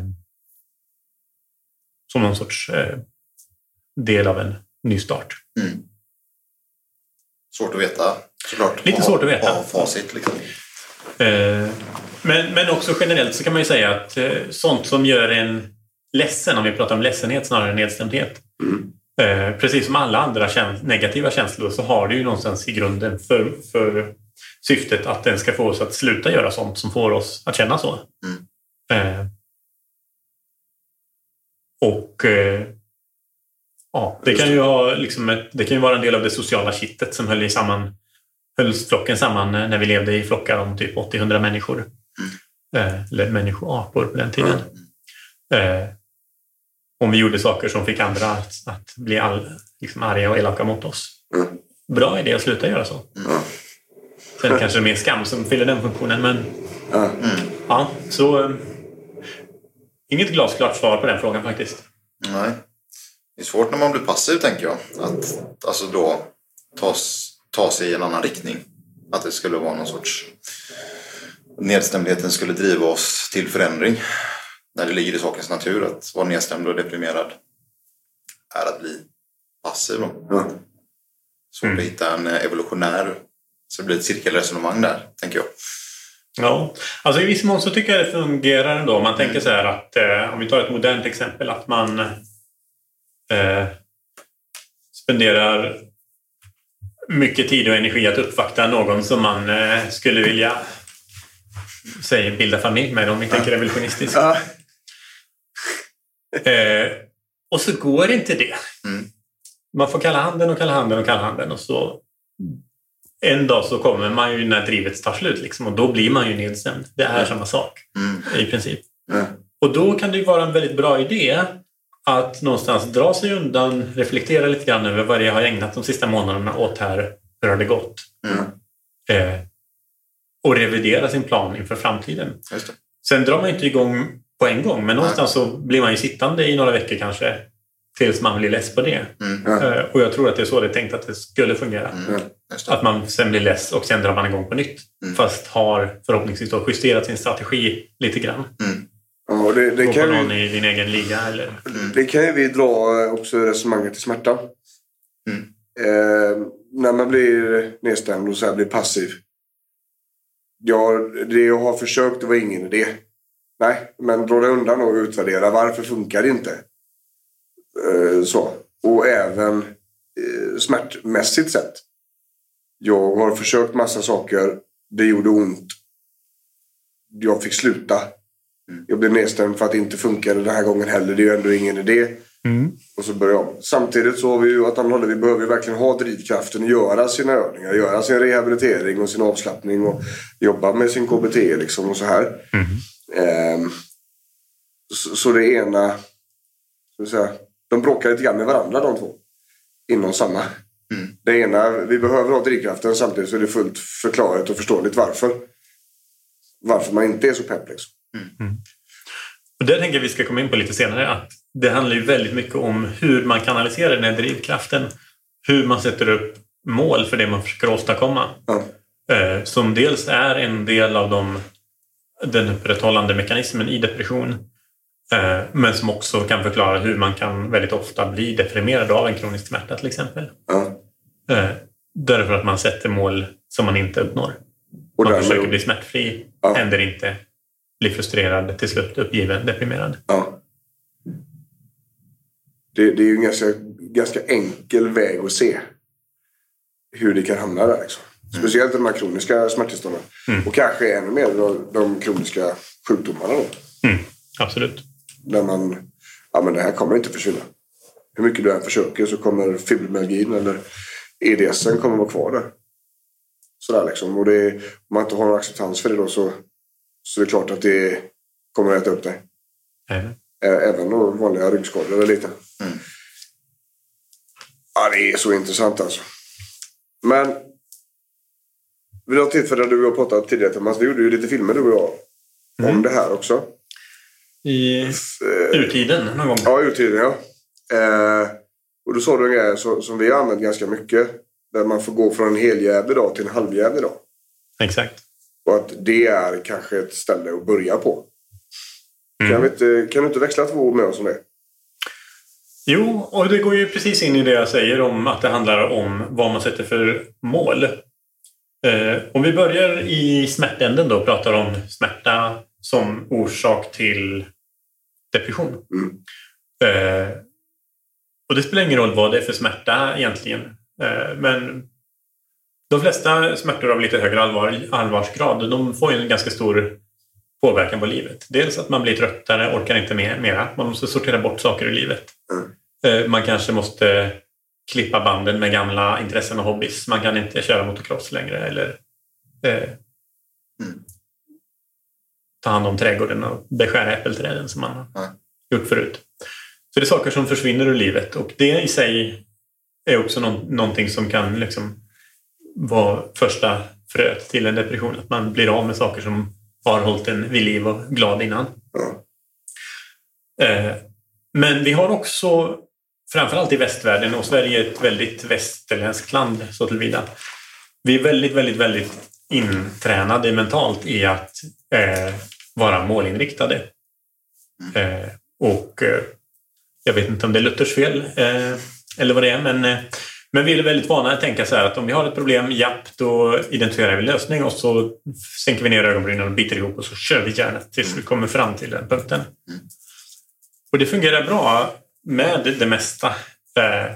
som någon sorts eh, del av en ny start. Mm. Svårt att veta, såklart. Lite svårt att veta. Av facit, liksom. Eh, men, men också generellt så kan man ju säga att eh, sånt som gör en ledsen, om vi pratar om ledsenhet snarare än nedstämdhet. Mm. Eh, precis som alla andra käns- negativa känslor så har det ju någonstans i grunden för, för syftet att den ska få oss att sluta göra sånt som får oss att känna så. Mm. Eh, och eh, ja, det kan ju ha liksom ett, det kan ju vara en del av det sociala kittet som höll i samman höll flocken samman när vi levde i flockar om typ åttio till hundra människor. Mm. Eh, eller människoapor på den tiden. Mm. Eh, om vi gjorde saker som fick andra att, att bli all, liksom arga och elaka mot oss. Mm. Bra idé att sluta göra så. Mm. Sen kanske det är mer skam som fyller den funktionen. Men mm. ja, så eh, inget glasklart svar på den frågan faktiskt. Nej. Det är svårt när man blir passiv, tänker jag. Att alltså då tas, ta sig i en annan riktning. Att det skulle vara någon sorts nedstämdheten skulle driva oss till förändring. När det ligger i sakens natur att vara nedstämd och deprimerad är att bli passiv. Mm. Så mm. att hitta en evolutionär, så det blir ett cirkelresonemang där, tänker jag. Ja, alltså i viss mån så tycker jag det fungerar ändå. Om man tänker mm. så här att, eh, om vi tar ett modernt exempel, att man eh, spenderar mycket tid och energi att uppvakta någon som man eh, skulle vilja säg, bilda familj med, om vi tänker evolutionistiskt. Ja. Eh, och så går inte det. Mm. Man får kalla handen och kalla handen och kalla handen och så en dag så kommer man ju när drivet tar slut liksom, och då blir man ju nedstämd. Det är mm. samma sak mm. i princip. Mm. Och då kan det ju vara en väldigt bra idé att någonstans dra sig undan, reflektera lite grann över vad jag har ägnat de sista månaderna åt här, hur har det gått? Mm. Eh, och revidera sin plan inför framtiden. Just det. Sen drar man inte igång på en gång, men någonstans så blir man ju sittande i några veckor kanske tills man blir less på det. Mm. Eh, och jag tror att det är så det är tänkt att det skulle fungera. Mm. Just det. Att man sen blir less och sen drar man igång på nytt. Mm. Fast har förhoppningsvis då justerat sin strategi lite grann. Mm. Ja, det, det, Gå kan på någon vi, i din egen liga eller... Mm. det kan ju vi dra också resonemanget till smärta. Mm. Eh, när man blir nedstämd och så här blir passiv. Ja, det jag har försökt, det var ingen idé. Nej, men dra det undan och utvärdera. Varför funkar det inte? Eh, så. Och även eh, smärtmässigt sett. Jag har försökt massa saker. Det gjorde ont. Jag fick sluta. Mm. Jag blev nedstämd för att det inte funkade den här gången heller. Det är ju ändå ingen idé. Mm. Och så börjar jag. Samtidigt så har vi ju att han vi behöver ju verkligen ha drivkraften att göra sina övningar. Göra sin rehabilitering och sin avslappning. Och jobba med sin K B T liksom och så här. Mm. Ehm, så, så det ena... Så att säga, de bråkar lite grann med varandra de två. Inom samma... Mm. Det ena, vi behöver ha drivkraften, samtidigt så är det fullt förklarat och förståeligt varför. Varför man inte är så pepp liksom. Mm. Och det tänker jag vi ska komma in på lite senare. Att det handlar ju väldigt mycket om hur man kanaliserar den här drivkraften. Hur man sätter upp mål för det man försöker åstadkomma. Ja. Eh, som dels är en del av de, den upprätthållande mekanismen i depression. Eh, men som också kan förklara hur man kan väldigt ofta bli deprimerad av en kronisk smärta till exempel. Ja. Eh, därför att man sätter mål som man inte uppnår. Och Man därmed- försöker bli smärtfri, Ja. händer inte. Blir frustrerad, till slut uppgiven, deprimerad. Ja. Det, det är ju en ganska, ganska enkel väg att se hur det kan hamna där liksom. Speciellt de här kroniska smärttillstånden. Mm. Och kanske ännu mer de, de kroniska sjukdomarna då. Mm, absolut. Där man, ja men det här kommer inte försvinna. Hur mycket du än försöker så kommer fibromyalgin eller E D S kommer vara kvar där. Sådär liksom. Och det, om man inte har någon acceptans för det då så, så är det klart att det kommer att äta upp dig. Även. Ä- Även då vanliga ryggskador eller lite. Mm. Ja, det är så intressant alltså. Men vid något tillfälle du och jag pratat tidigare, Thomas, du gjorde ju lite filmer du och jag om Mm. det här också. I Eh, urtiden någon gång. Ja, urtiden, ja. Eh, och då sa du en grej så, som vi har använt ganska mycket. Där man får gå från en heljävlig dag till en halvjävlig dag. Exakt. Och att det är kanske ett ställe att börja på. Mm. Kan, vi inte, kan du inte växla två ord med oss om det? Jo, och det går ju precis in i det jag säger om att det handlar om vad man sätter för mål. Eh, om vi börjar i smärtänden då och pratar om smärta som orsak till depression. Mm. Eh, och det spelar ingen roll vad det är för smärta egentligen. Eh, men de flesta smärtor av lite högre allvar, allvarsgrad, de får ju en ganska stor påverkan på livet. Dels att man blir tröttare, orkar inte med mera. Man måste sortera bort saker i livet. Mm. Eh, man kanske måste klippa banden med gamla intressen och hobbys. Man kan inte köra motocross längre eller eh, Mm. ta hand om trädgården och beskära äppelträden som man har Ja. gjort förut. Så det är saker som försvinner ur livet och det i sig är också no- någonting som kan liksom vara första fröet till en depression. Att man blir av med saker som har hållit en vid liv och glad innan. Ja. Eh, men vi har också, framförallt i västvärlden, och Sverige är ett väldigt västerländskt land så tillvida. Vi är väldigt, väldigt, väldigt intränade mentalt i att eh, vara målinriktade. Eh, och eh, jag vet inte om det är Luthers fel eh, eller vad det är, men, eh, men vi är väldigt vana att tänka så här att om vi har ett problem, japp, då identifierar vi lösning och så sänker vi ner ögonbrynen och biter ihop och så kör vi hjärnet tills vi kommer fram till den punkten. Mm. Och det fungerar bra med det mesta. Eh,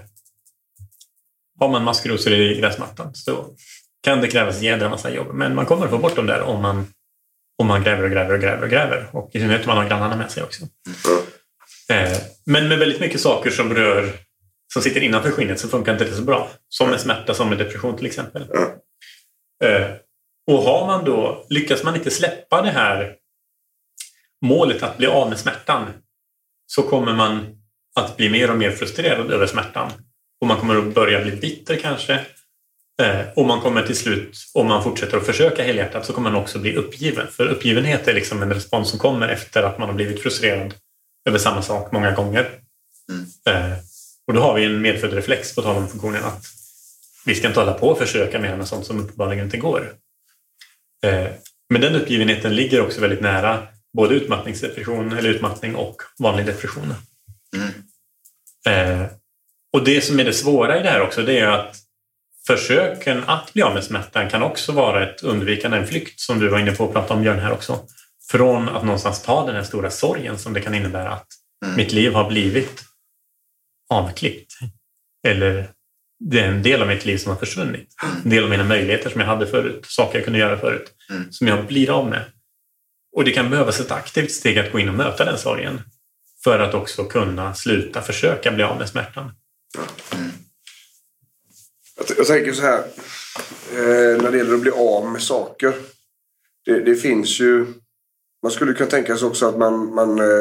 har man maskrosor i gräsmattan så kan det krävas en jädra massa jobb. Men man kommer få bort dem där om man, om man gräver och gräver och gräver och gräver. Och i synnerhet om man har grannarna med sig också. Eh, men med väldigt mycket saker som rör som sitter innanför skinnet så funkar inte det så bra. Som med smärta, som med depression till exempel. Eh, och har man då, lyckas man inte släppa det här målet att bli av med smärtan, så kommer man att bli mer och mer frustrerad över smärtan. Och man kommer att börja bli bitter kanske. Eh, och man kommer till slut, om man fortsätter att försöka helhjärtat, så kommer man också bli uppgiven. För uppgivenhet är liksom en respons som kommer efter att man har blivit frustrerad över samma sak många gånger. Mm. Eh, Och då har vi en medfödd reflex på tal om funktionen att vi ska inte hålla på och försöka med något sånt som uppenbarligen inte går. Eh, men den uppgivenheten ligger också väldigt nära både utmattningsdepression eller utmattning och vanlig depression. Mm. Eh, och det som är det svåra i det här också, det är att försöken att bli av med smärtan kan också vara ett undvikande, en flykt som du var inne på att prata om, Björn, här också. Från att någonstans ta den här stora sorgen som det kan innebära att mm. mitt liv har blivit avklippt. Eller det är en del av mitt liv som har försvunnit. En del av mina möjligheter som jag hade förut, saker jag kunde göra förut, mm. som jag blir av med. Och det kan behövas ett aktivt steg att gå in och möta den sorgen för att också kunna sluta försöka bli av med smärtan. Mm. Jag, jag tänker så här, eh, när det gäller att bli av med saker. Det, det finns ju, man skulle kunna tänka sig också att man, man eh,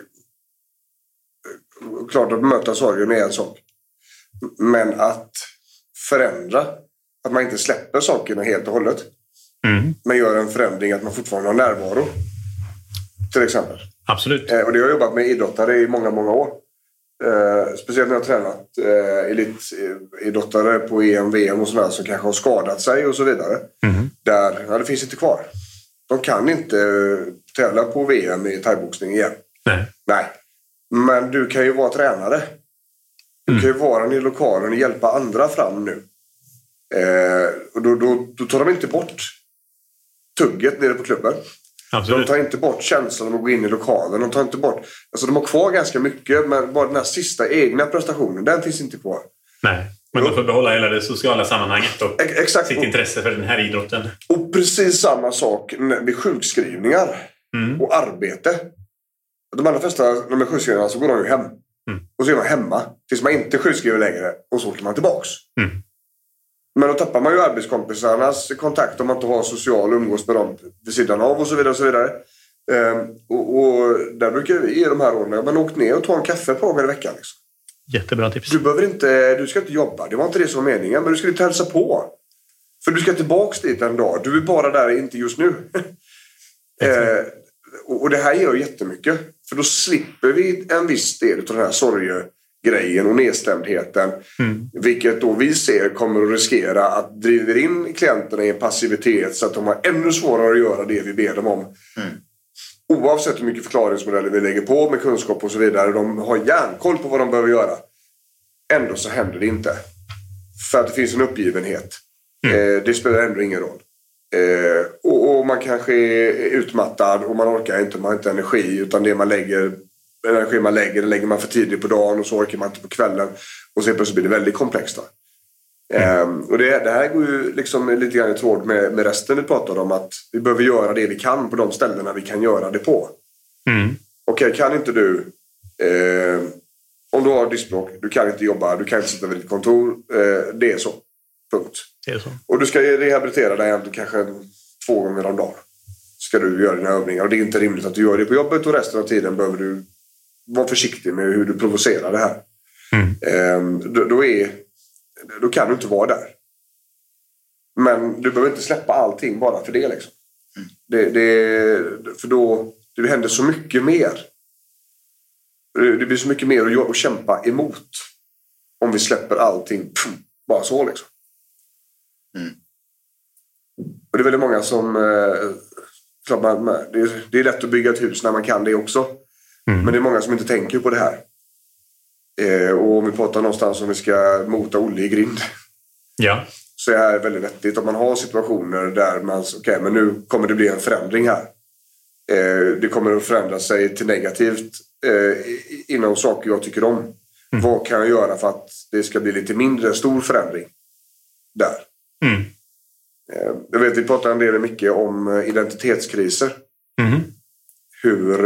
klart att möta sorgen är en sak. Men att förändra, att man inte släpper sakerna helt och hållet. Mm. Men gör en förändring att man fortfarande har närvaro. Till exempel. Absolut. Eh, och det har jag jobbat med idrottare i många, många år. Eh, speciellt när jag har tränat eh, elitidrottare på E M, V M och sådär som kanske har skadat sig och så vidare. Mm. Där, ja, det finns inte kvar. De kan inte tävla på V M i thaiboxning igen. Nej. Nej. Men du kan ju vara tränare. Du mm. kan ju vara i lokalen och hjälpa andra fram nu. Eh, och då, då, då tar de inte bort tugget nere på klubben. Absolut. De tar inte bort känslan av att gå in i lokalen. De tar inte bort... Alltså de har kvar ganska mycket, men bara den här sista egna prestationen, den finns inte kvar. Nej, men de får behålla hela det sociala sammanhanget och Exakt. sitt intresse för den här idrotten. Och precis samma sak vid sjukskrivningar mm. och arbete. De allra flesta, när de är sjukskrivna så går de ju hem. Mm. Och så är man hemma tills man inte sjukskriver längre och så åker man tillbaks. Mm. Men då tappar man ju arbetskompisarnas kontakt om man inte har social umgås med dem vid sidan av och så vidare. Och, så vidare. Ehm, och, och där brukar vi i de här åren, man åkt ner och ta en kaffe på gånger i veckan. Liksom. Jättebra tips. Du behöver inte, du ska inte jobba, det var inte det som var meningen, men du ska inte hälsa på. För du ska tillbaks dit en dag, du är bara där, inte just nu. ehm, och, och det här gör jättemycket, för då slipper vi en viss del av den här sorgegrejen och nedstämdheten. Mm. Vilket då vi ser kommer att riskera att driva in klienterna i en passivitet så att de har ännu svårare att göra det vi ber dem om. Mm. Oavsett hur mycket förklaringsmodeller vi lägger på med kunskap och så vidare. De har järnkoll på vad de behöver göra. Ändå så händer det inte. För att det finns en uppgivenhet. Mm. Eh, det spelar ändå ingen roll. Eh, och, och man kanske är utmattad och man orkar inte, man har inte energi, utan det man lägger, energi man lägger, det lägger man för tidigt på dagen och så orkar man inte på kvällen, och så plötsligt blir det väldigt komplext. Mm. Eh, och det, det här går ju liksom lite grann i tråd med, med resten vi pratade om, att vi behöver göra det vi kan på de ställena vi kan göra det på. Mm. Okej, okay, kan inte du eh, om du har diskbråck, du kan inte jobba, du kan inte sitta vid ditt kontor, eh, det är så. Punkt. Det är så. Och du ska rehabilitera dig kanske två gånger om dagen. Ska du göra dina övningar. Och det är inte rimligt att du gör det på jobbet, och resten av tiden behöver du vara försiktig med hur du provocerar det här. Mm. Ehm, då, då, är, då kan du inte vara där. Men du behöver inte släppa allting bara för det. Liksom. Mm. Det, det, för då det händer så mycket mer. Det blir så mycket mer att, göra, att kämpa emot om vi släpper allting pff, bara så liksom. Mm. Och det är väldigt många som eh, klart man, det, är, det är lätt att bygga ett hus när man kan det också. Mm. Men det är många som inte tänker på det här. Eh, och om vi pratar någonstans om vi ska mota Olle i grind, ja. Så är det här väldigt vettigt. Om man har situationer där man, okej, okay, men nu kommer det bli en förändring här. Eh, det kommer att förändra sig till negativt eh, inom saker jag tycker om. Mm. Vad kan jag göra för att det ska bli lite mindre stor förändring där? Mm. Jag vet, vi pratar en del mycket om identitetskriser. Mm. Hur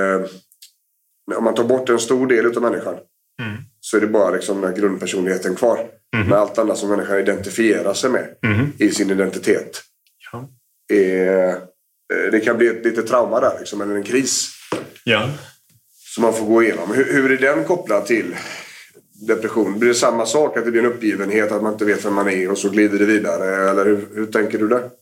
om man tar bort en stor del av människan, mm. så är det bara liksom grundpersonligheten kvar. Mm. Med allt annat som människan identifierar sig med mm. i sin identitet. Ja. Är, det kan bli ett litet trauma där liksom, eller en kris. Ja. Som man får gå igenom. Hur, hur är den kopplad till depression? Blir det samma sak, att det blir en uppgivenhet, att man inte vet vem man är och så glider det vidare? Eller hur, hur tänker du där?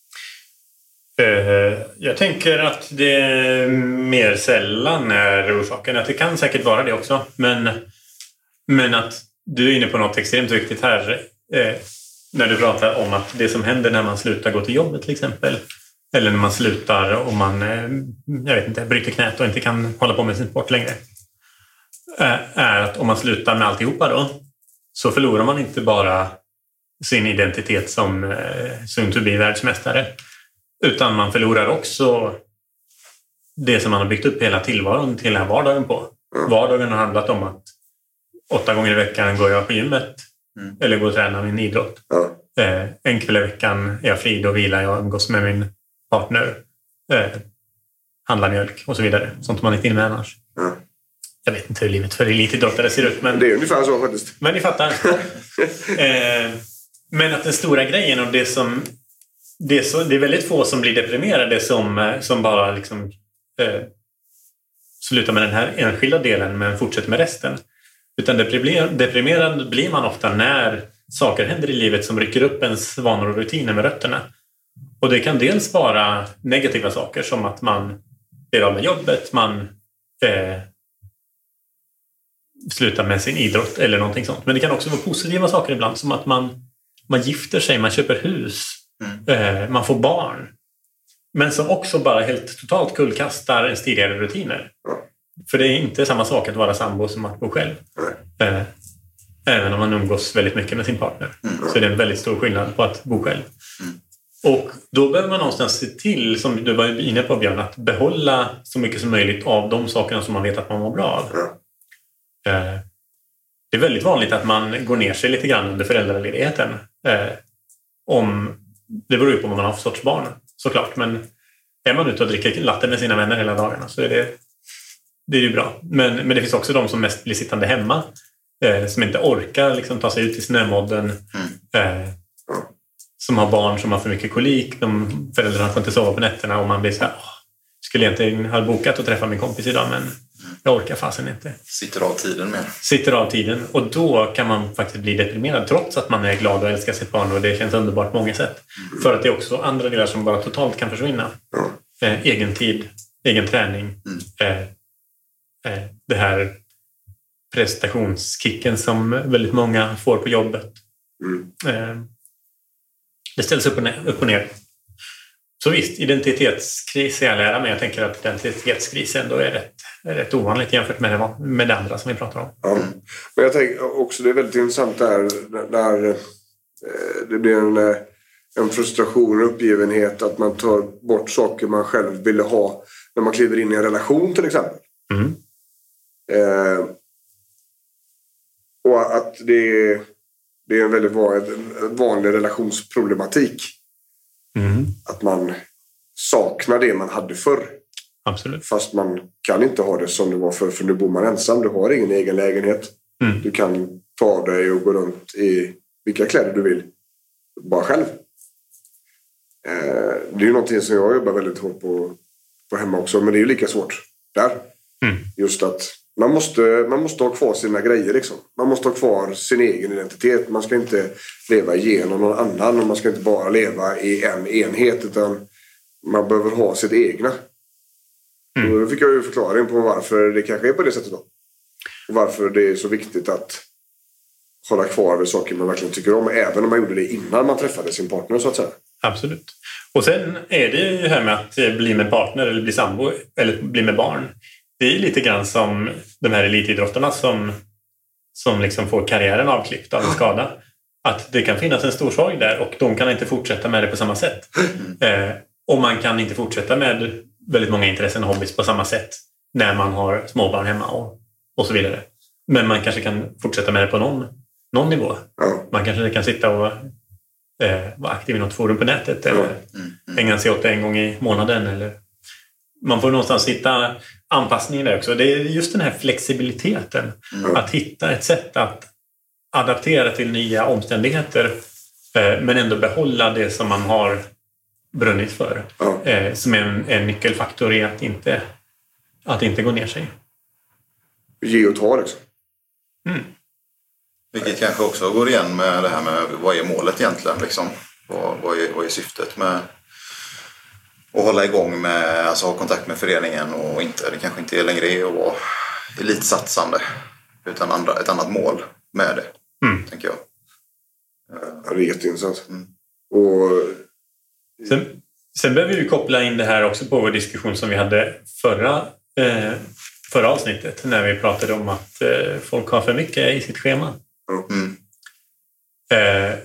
Uh, jag tänker att det mer sällan är orsaken. Att det kan säkert vara det också. Men Men att du är inne på något extremt viktigt här eh, när du pratar om att det som händer när man slutar gå till jobbet till exempel, eller när man slutar och man eh, jag vet inte, bryter knät och inte kan hålla på med sin sport längre, eh, är att om man slutar med alltihopa då, så förlorar man inte bara sin identitet som eh, soon to be världsmästare, utan man förlorar också det som man har byggt upp hela tillvaron till den här vardagen på. Mm. Vardagen har handlat om att åtta gånger i veckan går jag på gymmet mm. eller går och tränar min idrott. Mm. Eh, en kväll i veckan är jag fri, då vilar jag, umgås med min partner, eh, handlar mjölk och så vidare. Sånt man inte är med annars. Mm. Jag vet inte hur livet för elitidrottare ser ut. Men det är ungefär så faktiskt. Men ni fattar. eh, men att den stora grejen och det som det är, så, det är väldigt få som blir deprimerade som, som bara liksom eh, slutar med den här enskilda delen men fortsätter med resten. Utan deprimerad blir man ofta när saker händer i livet som rycker upp ens vanor och rutiner med rötterna. Och det kan dels vara negativa saker som att man blir av med jobbet, man eh, slutar med sin idrott eller någonting sånt. Men det kan också vara positiva saker ibland, som att man, man gifter sig, man köper hus, mm. eh, man får barn. Men som också bara helt totalt kullkastar ens tidigare rutiner. För det är inte samma sak att vara sambo som att bo själv. Eh, även om man umgås väldigt mycket med sin partner. Mm. Så det är en väldigt stor skillnad på att bo själv. Mm. Och då behöver man någonstans se till, som du var inne på Björn, att behålla så mycket som möjligt av de sakerna som man vet att man mår bra av. Mm. Eh, det är väldigt vanligt att man går ner sig lite grann under föräldraledigheten. Eh, om, det beror ju på vad man har för sorts barn, såklart. Men är man ute och dricker latte med sina vänner hela dagarna så är det, det är ju bra. Men, men det finns också de som mest blir sittande hemma. Eh, som inte orkar liksom, ta sig ut i snömodden. Mm. Eh, som har barn som har för mycket kolik. De föräldrarna får inte sova på nätterna och man blir så här, åh, skulle jag inte ha bokat att träffa min kompis idag, men jag orkar fasen inte. Sitter av tiden med. Sitter av tiden. Och då kan man faktiskt bli deprimerad trots att man är glad och älskar sitt barn och det känns underbart på många sätt. Mm. För att det är också andra delar som bara totalt kan försvinna. Mm. Eh, egen tid, egen träning. Mm. Eh, eh, det här prestationskicken som väldigt många får på jobbet. Mm. Eh, det ställs upp och ner. Upp och ner. Så visst, identitetskris är jag lära mig. Jag tänker att identitetskris ändå är rätt, är rätt ovanligt jämfört med det, med det andra som vi pratar om. Ja. Men jag tänker också, det är väldigt intressant där när eh, det blir en, en frustration och uppgivenhet att man tar bort saker man själv ville ha när man kliver in i en relation till exempel. Mm. Eh, och att det, det är en väldigt vanlig relationsproblematik. Mm. Att man saknar det man hade förr. Absolut. Fast man kan inte ha det som det var förr, för nu bor man ensam. Du har ingen egen lägenhet. Mm. Du kan ta dig och gå runt i vilka kläder du vill. Bara själv. Eh, det är ju någonting som jag jobbar väldigt hårt på, på hemma också. Men det är ju lika svårt där. Mm. Just att man måste, man måste ha kvar sina grejer liksom. Man måste ha kvar sin egen identitet. Man ska inte leva igenom någon annan. Och man ska inte bara leva i en enhet. Utan man behöver ha sitt egna. Mm. Och då fick jag ju förklaring på varför det kanske är på det sättet då. Och varför det är så viktigt att hålla kvar vid saker man verkligen tycker om. Även om man gjorde det innan man träffade sin partner så att säga. Absolut. Och sen är det ju här med att bli med partner eller bli sambo eller bli med barn. Det är lite grann som de här elitidrottarna som, som liksom får karriären avklippt av en skada. Att det kan finnas en stor sorg där och de kan inte fortsätta med det på samma sätt. Eh, och man kan inte fortsätta med väldigt många intressen och hobbys på samma sätt när man har småbarn hemma och, och så vidare. Men man kanske kan fortsätta med det på någon, någon nivå. Man kanske kan sitta och eh, vara aktiv i något forum på nätet eller ägna sig åt det en gång i månaden. Eller man får någonstans hitta anpassningen där också. Det är just den här flexibiliteten. Mm. Att hitta ett sätt att adaptera till nya omständigheter eh, men ändå behålla det som man har brunnit för. Mm. Eh, som är en, en nyckelfaktor i att inte, att inte gå ner sig. Ge och ta liksom. Mm. Vilket kanske också går igen med det här med vad är målet egentligen liksom. Vad, vad, är, vad är syftet med och hålla igång med, alltså ha kontakt med föreningen och inte, det kanske inte är längre att vara elitsatsande. utan andra, ett annat mål med det, mm. tänker jag. Ja, det är jätteintressant. Mm. Och... Sen, sen behöver vi koppla in det här också på vår diskussion som vi hade förra, eh, förra avsnittet när vi pratade om att eh, folk har för mycket i sitt schema. Mm. Eh,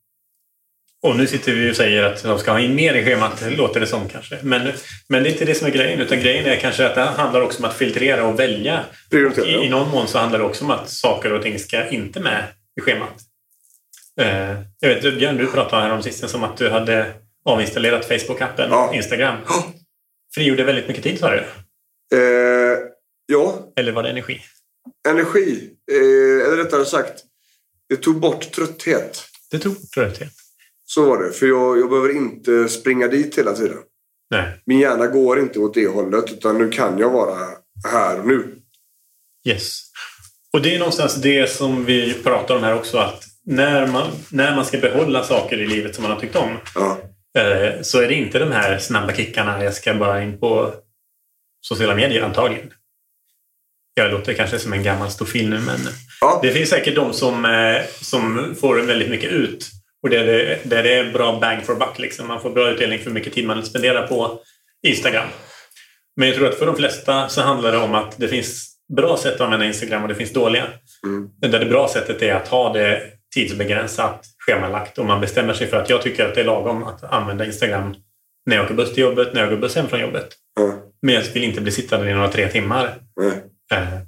och nu sitter vi och säger att de ska ha in mer i schemat, låter det som kanske. Men, men det är inte det som är grejen, utan grejen är kanske att det handlar också om att filtrera och välja. Och i, I någon mån så handlar det också om att saker och ting ska inte med i schemat. Eh, jag vet, Björn, du pratade här om sisten som att du hade avinstallerat Facebook-appen, ja. Instagram. Ja. Frigjorde väldigt mycket tid, sa du? Eh, ja. Eller var det energi? Energi, eh, eller rättare sagt, det tog bort trötthet. Det tog bort trötthet? Så var det, för jag, jag behöver inte springa dit hela tiden. Nej. Min hjärna går inte åt det hållet, utan nu kan jag vara här och nu. Yes. Och det är någonstans det som vi pratar om här också, att när man, när man ska behålla saker i livet som man har tyckt om, ja. eh, så är det inte de här snabba kickarna, jag ska bara in på sociala medier antagligen. Jag låter kanske som en gammal stofil nu, men ja. Det finns säkert de som, eh, som får väldigt mycket ut. Och där det, där det är bra bang for buck. Liksom. Man får bra utdelning för mycket tid man spenderar på Instagram. Men jag tror att för de flesta så handlar det om att det finns bra sätt att använda Instagram och det finns dåliga. Mm. Där det bra sättet är att ha det tidsbegränsat, schemalagt. Och man bestämmer sig för att jag tycker att det är lagom att använda Instagram när jag åker buss till jobbet, när jag går buss hem från jobbet. Mm. Men jag vill inte bli sittande i några tre timmar. Mm. Eh,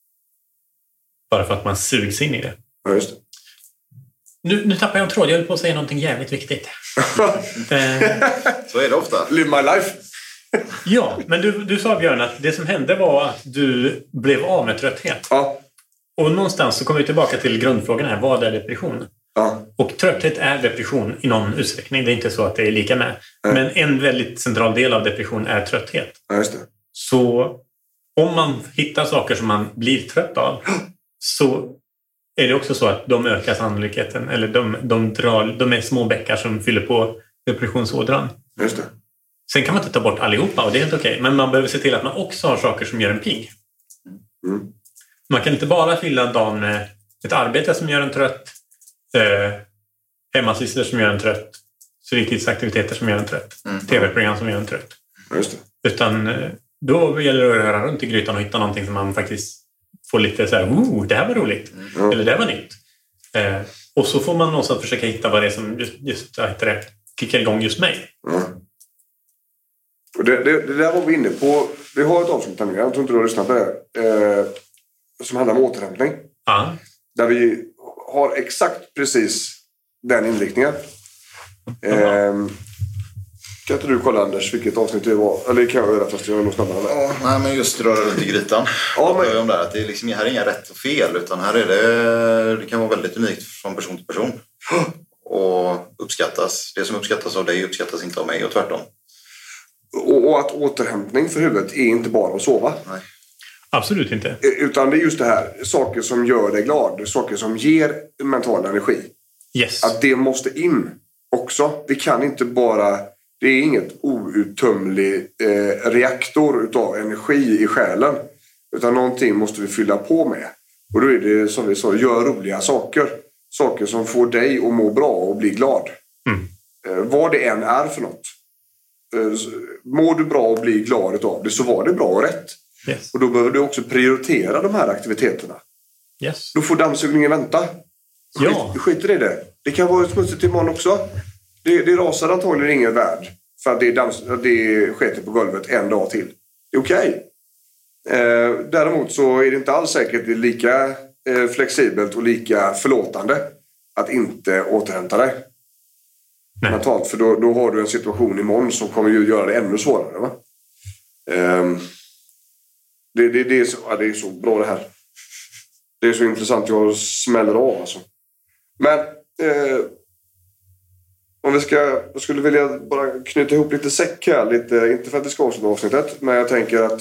bara för att man sugs in i det. Ja, just det. Nu, nu tappar jag en tråd. Jag höll på att säga någonting jävligt viktigt. eh, Så är det ofta. Live my life. Ja, men du, du sa, Björn, att det som hände var att du blev av med trötthet. Ja. Och någonstans så kommer vi tillbaka till grundfrågan här. Vad är depression? Ja. Och trötthet är depression i någon utsträckning. Det är inte så att det är lika med. Nej. Men en väldigt central del av depression är trötthet. Ja, just det. Så om man hittar saker som man blir trött av så är det också så att de ökar sannolikheten. Eller de, de, drar, de är små bäckar som fyller på depressionsådran. Just det. Sen kan man inte ta bort allihopa och det är helt okej. Men man behöver se till att man också har saker som gör en pigg. Mm. Man kan inte bara fylla dagen med ett arbete som gör en trött. Eh, hemmasysslor som gör en trött. Fritidsaktiviteter som gör en trött. Mm. Tv-program som gör en trött. Just det. Utan eh, då gäller det att röra runt i grytan och hitta någonting som man faktiskt får lite så här, oh, det här var roligt. Mm. Eller det här var nytt. Eh, och så får man någonstans försöka hitta vad det är som just, just heter det, kickar igång just mig. Mm. Och det, det, det där var vi inne på. Vi har ett avsnitt här, jag tror inte du har lyssnat på det. Eh, som handlar om återhämtning. Ah. Där vi har exakt precis den inriktningen. Eh, kan inte du kolla, Anders, vilket avsnitt det var? Eller kan jag göra, fast jag är nog snabbare. Ja, nej, men just röra runt i grytan. Ja, men... om det, att det är liksom, här är inga rätt och fel, utan här är det, det kan vara väldigt unikt från person till person. Och uppskattas. Det som uppskattas av dig uppskattas inte av mig och tvärtom. Och, och att återhämtning för huvudet är inte bara att sova. Nej. Absolut inte. Utan det är just det här, saker som gör dig glad, saker som ger mental energi. Yes. Att det måste in också. Vi kan inte bara, det är inget outtömlig eh, reaktor utav energi i själen. Utan någonting måste vi fylla på med. Och då är det som vi sa, gör roliga saker. Saker som får dig att må bra och bli glad. Mm. Eh, vad det än är för något. Eh, mår du bra och blir glad utav det, så var det bra och rätt. Yes. Och då behöver du också prioritera de här aktiviteterna. Yes. Då får dammsugningen vänta. Skit, ja. Skiter i det. Det kan vara smutsigt imorgon också. Det, det rasar antagligen ingen värld. För att det, dams, det sketer på golvet en dag till. Det är okej. Okay. Eh, däremot så är det inte alls säkert det är lika eh, flexibelt och lika förlåtande att inte återhämta dig. Nej. Mentalt, för då, då har du en situation imorgon som kommer ju göra det ännu svårare. Va? Eh, det, det, det, är så, ja, det är så bra det här. Det är så intressant, jag smäller av alltså. Men eh, om vi ska, jag skulle vilja bara knyta ihop lite säck här, lite, inte för att det ska avsluta avsnittet, men jag tänker att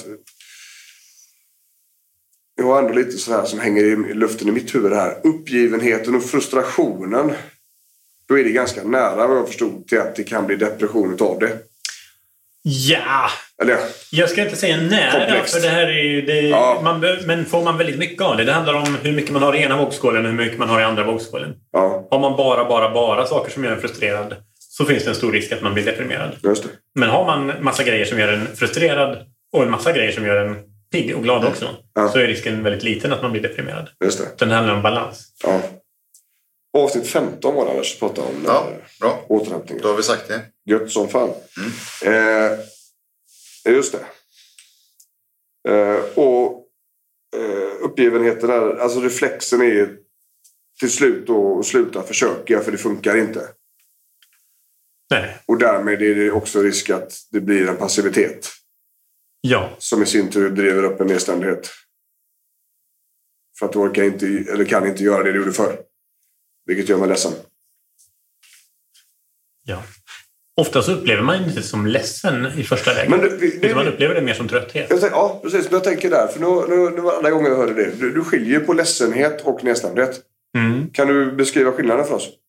jag har ändå lite så här som hänger i luften i mitt huvud här. Uppgivenheten och frustrationen, då är det ganska nära vad jag förstod till att det kan bli depression utav det. Ja, Eller? jag ska inte säga när, Komplext. för det här är ju... Det, Ja. man, be- men får man väldigt mycket av det. Det handlar om hur mycket man har i ena vågskålen och hur mycket man har i andra vågskålen. Ja, Har man bara, bara, bara saker som gör en frustrerad, så finns det en stor risk att man blir deprimerad. just det. Men har man massa grejer som gör en frustrerad och en massa grejer som gör en pigg och glad också, Ja. så är risken väldigt liten att man blir deprimerad. Just det. Utan det handlar om balans. Ja. Avsnitt femton var det Anders pratade om Ja, eh, bra. återhämtningen. Då har vi sagt det. Gött som fan. Eh, just det. Eh, och eh, uppgivenheten är, alltså reflexen är till slut att sluta försöka, för det funkar inte. Nej. Och därmed är det också risk att det blir en passivitet Ja. som i sin tur driver upp en nedstämdhet. För att du orkar inte, eller kan inte göra det du gjorde förr. Vilket gör mig ledsen. Ja. Ofta så upplever man inte som ledsen i första läget. Men det- det- Utan man upplever det mer som trötthet. Jag tänker, ja, precis. Men jag tänker där. För nu, nu, nu var andra gången jag hörde det. Du, du skiljer på ledsenhet och nedstämdhet. Mm. Kan du beskriva skillnaden för oss?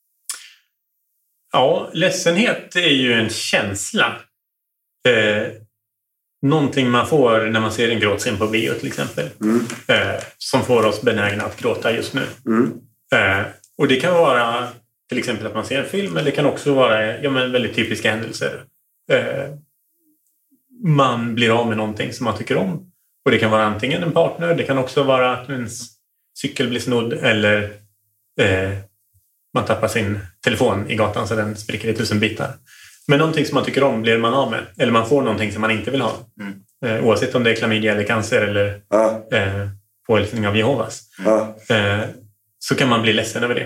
Ja, ledsenhet är ju en känsla. Eh, någonting man får när man ser en gråtscen på bio till exempel. Mm. Eh, som får oss benägna att gråta just nu. Mm. Eh, och det kan vara till exempel att man ser en film, men det kan också vara ja, men väldigt typiska händelser. Eh, man blir av med någonting som man tycker om. Och det kan vara antingen en partner, det kan också vara att ens cykel blir snodd eller eh, man tappar sin telefon i gatan så den spricker i tusen bitar. Men någonting som man tycker om blir man av med. Eller man får någonting som man inte vill ha. Mm. Eh, oavsett om det är klamydia eller cancer eller Ja. eh, påhälsning av Jehovas. Ja. Eh, så kan man bli ledsen över det.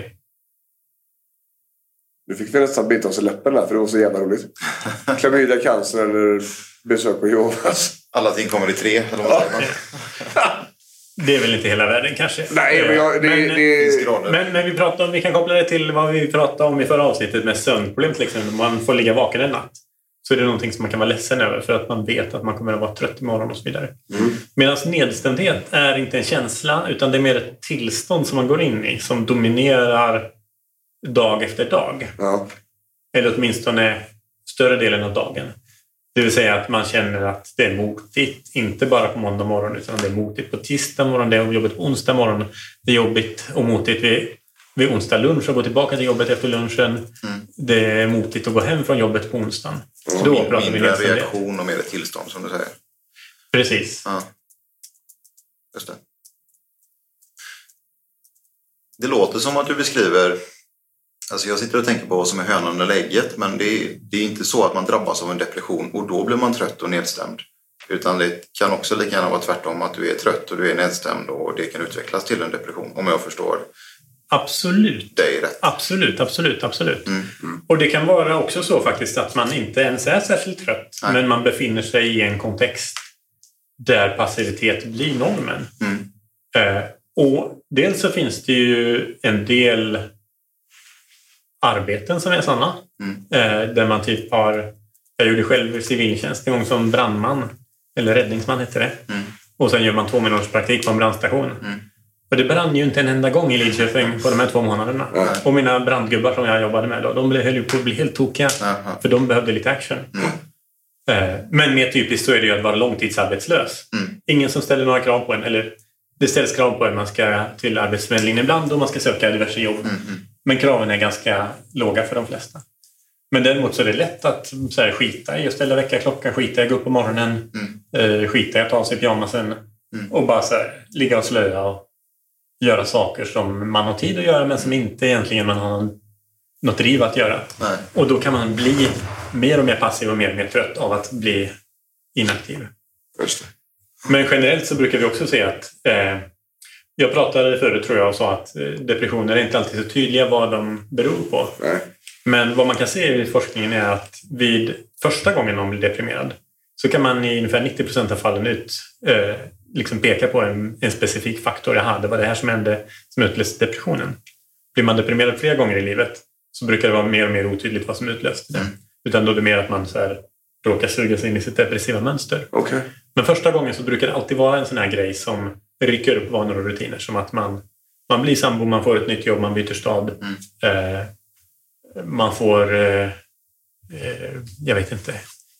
Nu fick vi nästan bita oss i läppen där, för det var så jävla roligt. Klamydia, cancer eller besök på Jehovas. Alla ting kommer i tre, eller vad säger man? Det är väl inte hela världen kanske. Nej, men jag, det, men, det, finns grader. men, men vi, pratar om, vi kan koppla det till vad vi pratade om i förra avsnittet med sömnproblem till exempel. Man får ligga vaken en natt. Så är det någonting som man kan vara ledsen över för att man vet att man kommer att vara trött imorgon och så vidare. Mm. Medan nedstämdhet är inte en känsla utan det är mer ett tillstånd som man går in i som dominerar dag efter dag. Ja. Eller åtminstone större delen av dagen. Det vill säga att man känner att det är motigt, inte bara på måndag morgon utan det är motigt på tisdag morgon, det är jobbigt på onsdag morgon, det är jobbigt och motigt vid, vid onsdag lunch och gå tillbaka till jobbet efter lunchen. Mm. Det är motigt att gå hem från jobbet på onsdagen. Så Då min- pratar vi mindre nedstämdhet. reaktion och mer ett tillstånd som du säger. Precis. Ja. Just det. Det låter som att du beskriver... Alltså jag sitter och tänker på vad som är hönan och ägget, men det är, det är inte så att man drabbas av en depression och då blir man trött och nedstämd. Utan det kan också lika gärna vara tvärtom, att du är trött och du är nedstämd och det kan utvecklas till en depression, om jag förstår Absolut. dig rätt. Absolut, absolut, absolut. Mm. Och det kan vara också så faktiskt att man inte ens är särskilt trött. Nej. Men man befinner sig i en kontext där passivitet blir normen. Mm. Eh, och dels så finns det ju en del arbeten som är sådana. Mm. Eh, där man typ har... Jag gjorde själv civiltjänst en gång som brandman. Eller räddningsman heter det. Mm. Och sen gör man två månaders praktik på en brandstation. Mm. Och det brann ju inte en enda gång i Lidköping på de här två månaderna. Nej. Och mina brandgubbar som jag jobbade med då, de höll ju på att bli helt tokiga. Aha. För de behövde lite action. Mm. Eh, Men mer typiskt så är det ju att vara långtidsarbetslös. Mm. Ingen som ställer några krav på en. Eller det ställs krav på en. Man ska till Arbetsförmedlingen ibland och man ska söka diverse jobb. Mm. Mm. Men kraven är ganska låga för de flesta. Men däremot så är det lätt att så här, skita i att ställa väckarklockan, skita i att gå upp på morgonen, Mm. eh, skita i att ta sig i pyjamasen Mm. och bara så här, ligga och slöa och göra saker som man har tid att göra men som inte egentligen man har något driv att göra. Nej. Och då kan man bli mer och mer passiv och mer och mer trött av att bli inaktiv. Just det. Men generellt så brukar vi också se att eh, jag pratade förut tror jag och sa att eh, depressioner är inte alltid så tydliga vad de beror på. Nej. Men vad man kan se i forskningen är att vid första gången någon blir deprimerad så kan man i ungefär nittio procent av fallen ut eh, liksom peka på en, en specifik faktor. Jaha, det var det här som hände som utlöste depressionen. Blir man deprimerad flera gånger i livet så brukar det vara mer och mer otydligt vad som utlöste det. Mm. Utan då är det mer att man så här, råkar suga sig in i sitt depressiva mönster. Okej. Men första gången så brukar det alltid vara en sån här grej som rycker upp vanor och rutiner. Som att man, man blir sambo, man får ett nytt jobb, man byter stad. Mm. Eh, man får, eh, eh, jag vet inte,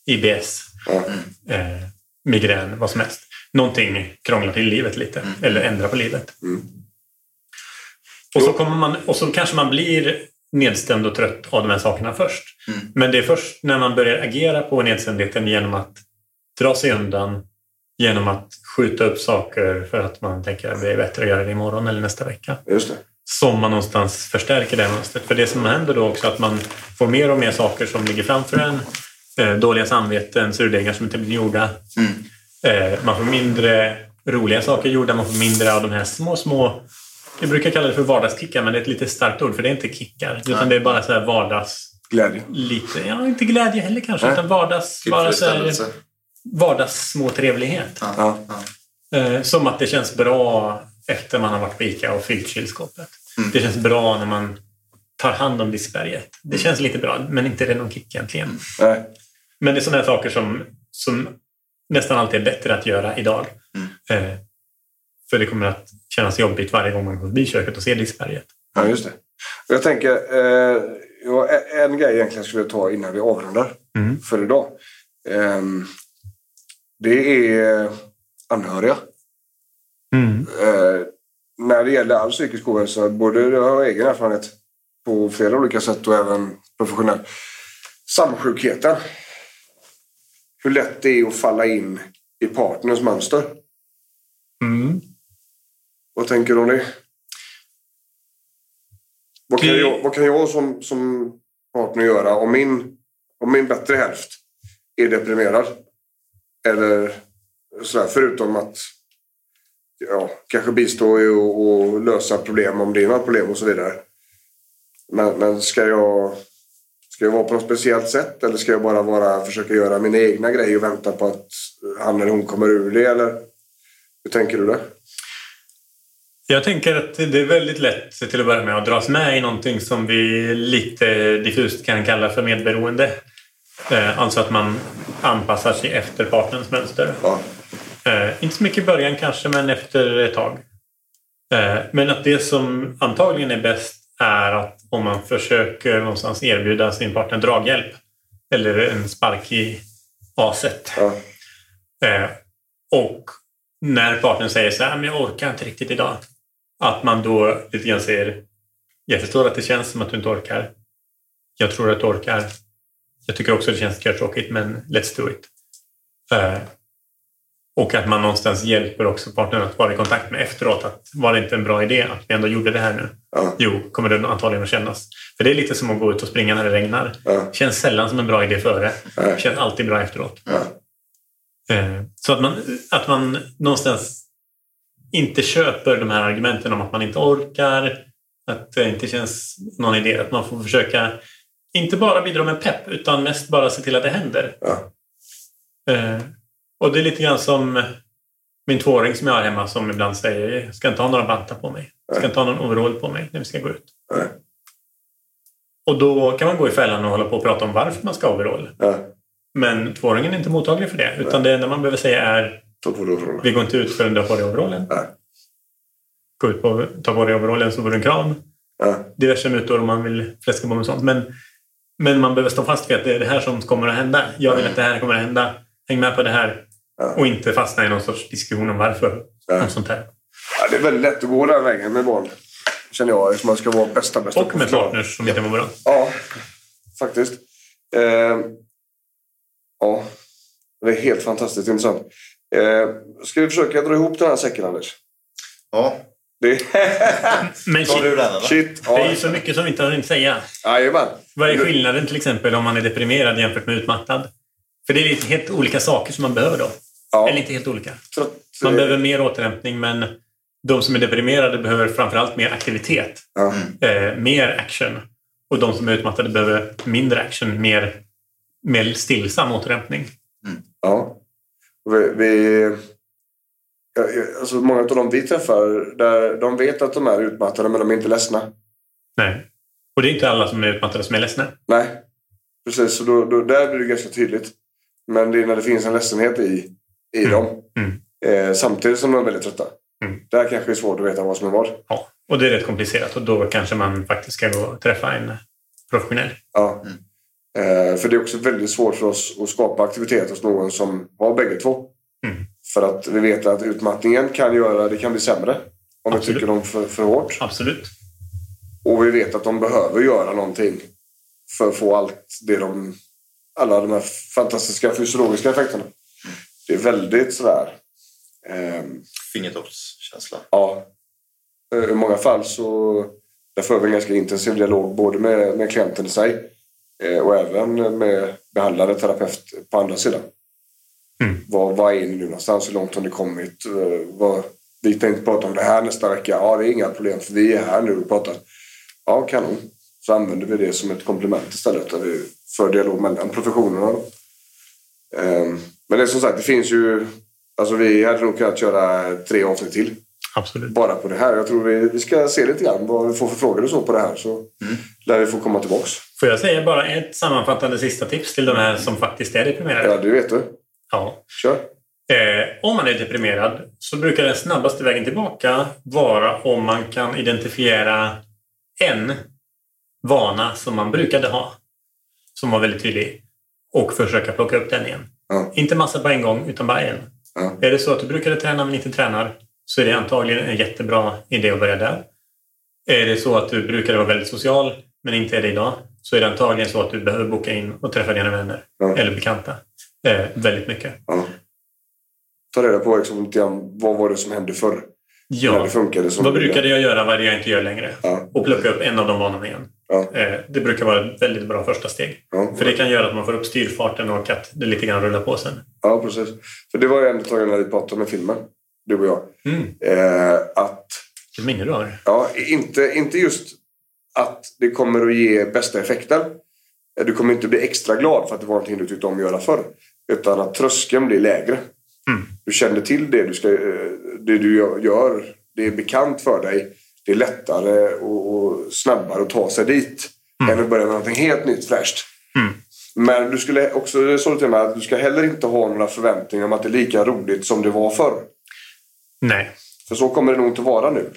I B S, Ja. eh, migrän, vad som helst. Någonting krånglar till livet lite. Mm. Eller ändrar på livet. Mm. Och, så kommer man, och så kanske man blir nedstämd och trött av de här sakerna först. Mm. Men det är först när man börjar agera på nedstämdheten genom att dra sig undan, genom att skjuta upp saker för att man tänker att det är bättre att göra det imorgon eller nästa vecka. Just det. Som man någonstans förstärker det mönstret. För det som händer då också att man får mer och mer saker som ligger framför en. Eh, dåliga samveten, surdegar som inte blir gjorda. Mm. Eh, man får mindre roliga saker gjorda. Man får mindre av de här små, små... Jag brukar kalla det för vardagskickar, men det är ett lite starkt ord. För det är inte kickar. Utan Nej. det är bara så här vardags... Glädje. Lite, ja, inte glädje heller kanske. Nej. Utan vardags... Bara så här, vardags små trevlighet. Ja. Ja. Eh, som att det känns bra efter man har varit på Ica och fyllt kylskåpet. Mm. Det känns bra när man tar hand om diskberget. Det mm. känns lite bra, men inte är det någon kick egentligen. Mm. Nej. Men det är sådana saker som, som nästan alltid är bättre att göra idag. Mm. Eh, för det kommer att kännas jobbigt varje gång man går förbi köket och ser diskberget. Ja, just det. Jag tänker, eh, ja, en grej egentligen skulle jag ta innan vi avrundar mm. för idag. Eh, det är anhöriga. Mm. Eh, när det gäller all psykisk ohälsa, både jag har egen erfarenhet på flera olika sätt och även professionell. Samsjukheten. Hur lätt det är att falla in i partners mönster. Mm. Vad tänker du om det? Vad kan, det... jag, vad kan jag som, som partner göra om min, om min bättre hälft är deprimerad? Eller sådär, förutom att ja, kanske bistå och, och lösa problem om det är några problem och så vidare. Men, men ska jag ska jag vara på något speciellt sätt eller ska jag bara vara, försöka göra mina egna grejer och vänta på att han eller hon kommer ur det? Eller hur tänker du det? Jag tänker att det är väldigt lätt till att börja med att dras med i någonting som vi lite diffust kan kalla för medberoende. Eh, alltså att man anpassar sig efter partnerns mönster. Ja. Eh, inte så mycket i början kanske, men efter ett tag. Eh, men att det som antagligen är bäst är att om man försöker någonstans erbjuda sin partner draghjälp. Eller en spark i aset. Ja. Eh, och när partnern säger så här, men jag orkar inte riktigt idag. Att man då lite grann säger, jag förstår att det känns som att du inte orkar. Jag tror att du orkar. Jag tycker också att det känns tråkigt, men let's do it. Eh, och att man någonstans hjälper också partnern att vara i kontakt med efteråt. Att var det inte en bra idé att vi ändå gjorde det här nu? Ja. Jo, kommer det antagligen att kännas. För det är lite som att gå ut och springa när det regnar. Ja. Känns sällan som en bra idé före. Ja. Känns alltid bra efteråt. Ja. Eh, så att man, att man någonstans inte köper de här argumenten om att man inte orkar. Att det inte känns någon idé. Att man får försöka inte bara bidra med pepp utan mest bara se till att det händer. Ja. Eh, och det är lite grann som min tvååring som jag har hemma som ibland säger, jag ska inte ha några bantar på mig. Jag ska inte ha någon overall på mig när vi ska gå ut. Nej. Och då kan man gå i fällan och hålla på och prata om varför man ska ha overall. Ja. Men tvååringen är inte mottaglig för det. Nej. Utan det enda man behöver säga är vi går inte ut förrän du har på dig overallen. Nej. Gå ut på, ta på dig overallen så får du en kram. Ja. Diverse mutor om man vill fläska på med sånt. Men, men man behöver stå fast vid att det är det här som kommer att hända. Jag vill att det här kommer att hända. Häng med på det här. Ja. Och inte fastna i någon sorts diskussion om varför. Ja. Om sånt här. Ja, det är väldigt lätt att gå den vägen med barn. Känner jag. Eftersom man ska vara bästa bästa. Och med partners som inte mår bra. Ja, faktiskt. Eh, ja, det är helt fantastiskt intressant. Eh, ska vi försöka dra ihop den här säcken, Anders? Ja. Det... Men shit, du den, shit, ja. Det är ju så mycket som vi inte har hunnit säga. Jajamän. Vad är skillnaden till exempel om man är deprimerad jämfört med utmattad? För det är lite helt olika saker som man behöver då. Ja. Eller inte helt olika. Man behöver mer återhämtning, men de som är deprimerade behöver framförallt mer aktivitet. Ja. Eh, mer action. Och de som är utmattade behöver mindre action, mer, mer stillsam återhämtning. Mm. Ja. Vi, vi, alltså många av dem vi träffar, där de vet att de är utmattade, men de är inte ledsna. Nej. Och det är inte alla som är utmattade som är ledsna. Nej. Precis, så då, då, där blir det ganska tydligt. Men det är när det finns en ledsenhet i, i mm. dem. Mm. Eh, samtidigt som de är väldigt trötta. Mm. Där kanske är svårt att veta vad som är vad. Ja, och det är rätt komplicerat. Och då kanske man faktiskt ska gå och träffa en professionell. Ja. Eh, för det är också väldigt svårt för oss att skapa aktivitet hos någon som har bägge två. Mm. För att vi vet att utmattningen kan göra, det kan bli sämre om Absolut. vi tycker dem för, för hårt. Absolut. Och vi vet att de behöver göra någonting för att få allt det de, alla de här fantastiska fysiologiska effekterna. Mm. Det är väldigt sådär... Eh, fingertoppskänsla. Ja. I många fall så där för vi en ganska intensiv dialog både med, med klienten i sig eh, och även med behandlare terapeut på andra sidan. Mm. Vad, vad är ni nu någonstans? Hur långt har ni kommit? Eh, vad, vi tänkte prata om det här nästa vecka. Ja, det är inga problem för vi är här nu och pratar. Ja, kanon. Så använder vi det som ett komplement istället där vi för dialog mellan professionerna. Eh, men det är som sagt, det finns ju... Alltså vi hade nog kunnat köra tre avsnitt till. Absolut. Bara på det här. Jag tror vi, vi ska se lite grann vad vi får för frågor och så på det här. Så mm. lär vi få komma tillbaks. Får jag säga bara ett sammanfattande sista tips till de här som faktiskt är deprimerade? Ja, det vet du. Ja. Kör. Eh, om man är deprimerad så brukar den snabbaste vägen tillbaka vara om man kan identifiera en vana som man brukade ha. Som var väldigt tydlig. Och försöka plocka upp den igen. Ja. Inte massa på en gång utan bara en. Ja. Är det så att du brukade träna men inte tränar så är det antagligen en jättebra idé att börja där. Är det så att du brukade vara väldigt social men inte är det idag så är det antagligen så att du behöver boka in och träffa dina vänner ja. eller bekanta eh, väldigt mycket. Ja. Ta reda på liksom, lite grann, vad var det som hände förr? Ja, när det funkade som vad brukade jag göra, vad är det jag inte gör längre? Ja. Och plocka upp en av de vanorna igen. Ja. Eh, det brukar vara ett väldigt bra första steg. Ja. För det kan göra att man får upp styrfarten och att det lite grann rullar på sen. Ja, precis. För det var ju en tag när vi pratade med filmen, du och jag. Mm. Eh, att... Vilket minne du har. Ja, inte, inte just att det kommer att ge bästa effekter. Du kommer inte bli extra glad för att det var någonting du tyckte om att göra förr. Utan att tröskeln blir lägre. Mm. Du kände till det du, ska, det du gör. Det är bekant för dig. Det är lättare och snabbare att ta sig dit. Mm. Än att börja med någonting helt nytt, fräscht. Mm. Men du skulle också så till mig att du ska heller inte ha några förväntningar om att det är lika roligt som det var förr. Nej. För så kommer det nog inte vara nu.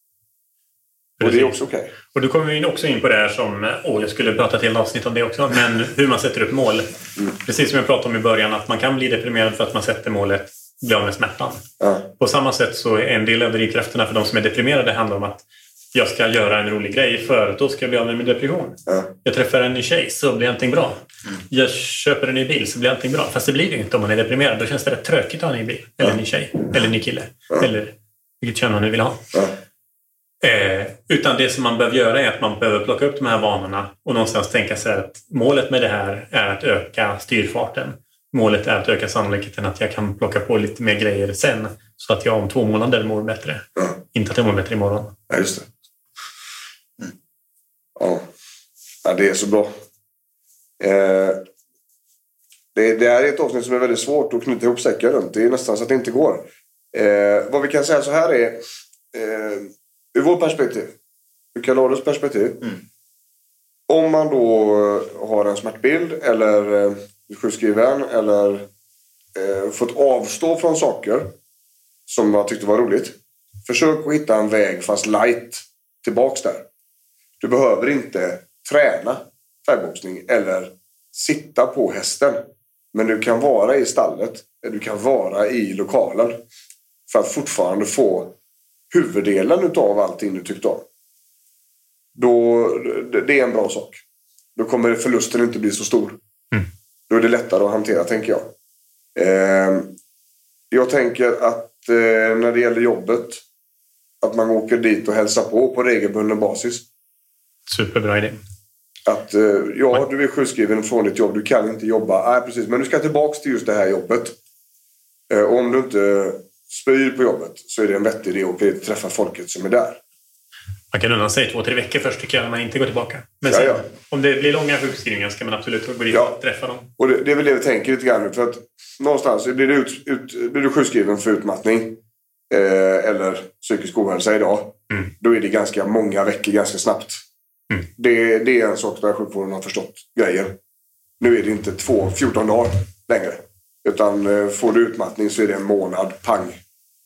Och det är också okej. Okay. Och du kommer ju också in på det här som, åh jag skulle prata till avsnitt om det också, men hur man sätter upp mål. Mm. Precis som jag pratade om i början, att man kan bli deprimerad för att man sätter målet, bli av med smärtan. Ja. På samma sätt så är en del av drivkrafterna för de som är deprimerade handlar om att jag ska göra en rolig grej för att då ska jag bli av med min depression. Ja. Jag träffar en ny tjej så blir allting bra. Mm. Jag köper en ny bil så blir allting bra. Fast det blir det inte om man är deprimerad. Då känns det rätt tråkigt att ha en ny bil. Eller en ny tjej. Eller en ny kille. Ja. Eller vilket kön man nu vill ha. Ja. Eh, utan det som man behöver göra är att man behöver plocka upp de här vanorna och någonstans tänka sig att målet med det här är att öka styrfarten. Målet är att öka sannolikheten att jag kan plocka på lite mer grejer sen så att jag om två månader mår bättre. Ja. Inte att jag mår bättre imorgon. Ja, just det. Mm. Ja. Ja, det är så bra. Eh, det, det är ett avsnitt som är väldigt svårt att knyta ihop säckar runt. Det är nästan så att det inte går. Eh, vad vi kan säga så här är eh, ur vårt perspektiv, ur Kaladius perspektiv, mm. om man då har en smärtbild eller eh, sjukskriven eller eh, fått avstå från saker som man tyckte var roligt, försök att hitta en väg fast light tillbaks där. Du behöver inte träna thaiboxning eller sitta på hästen, men du kan vara i stallet, du kan vara i lokalen för att fortfarande få huvuddelen av allting du tyckte om. Då, det är en bra sak. Då kommer förlusten inte bli så stor. Mm. Då är det lättare att hantera, tänker jag. Eh, jag tänker att eh, när det gäller jobbet, att man åker dit och hälsar på på regelbunden basis. Superbra idé. Att eh, ja, du är sjukskriven från ditt jobb, du kan inte jobba. Nej, precis, men du ska tillbaka till just det här jobbet. Eh, och om du inte spyr på jobbet så är det en vettig idé att åka dit och träffa folket som är där. Man kan undan sig två, tre veckor först tycker jag när man inte går tillbaka. Men sen, ja, ja. om det blir långa sjukskrivningar ska man absolut gå dit ja. och träffa dem. Och det, det är väl det vi tänker lite grann nu. För att någonstans blir du, ut, ut, blir du sjukskriven för utmattning eh, eller psykisk ohälsa idag. Mm. Då är det ganska många veckor ganska snabbt. Mm. Det, det är en sak där sjukvården har förstått grejer. Nu är det inte två, fjorton dagar längre. Utan eh, får du utmattning så är det en månad, pang.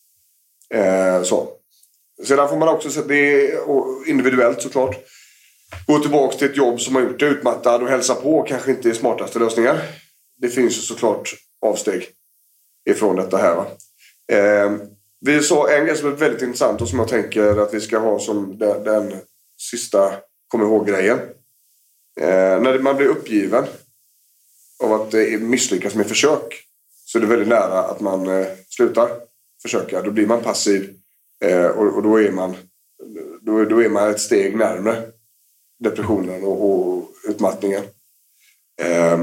Eh, så. Sedan får man också se det är individuellt såklart. gå tillbaka till ett jobb som har gjort det utmattad och hälsa på kanske inte är smartaste lösningar. Det finns ju såklart avsteg ifrån detta här. Va? Eh, vi sa en grej som är väldigt intressant och som jag tänker att vi ska ha som den, den sista kom ihåg-grejen. Eh, när man blir uppgiven av att eh, misslyckas med försök så är det väldigt nära att man eh, slutar försöka. Då blir man passiv eh, och, och då, är man, då, då är man ett steg närmare depressionen och, och utmattningen. Eh,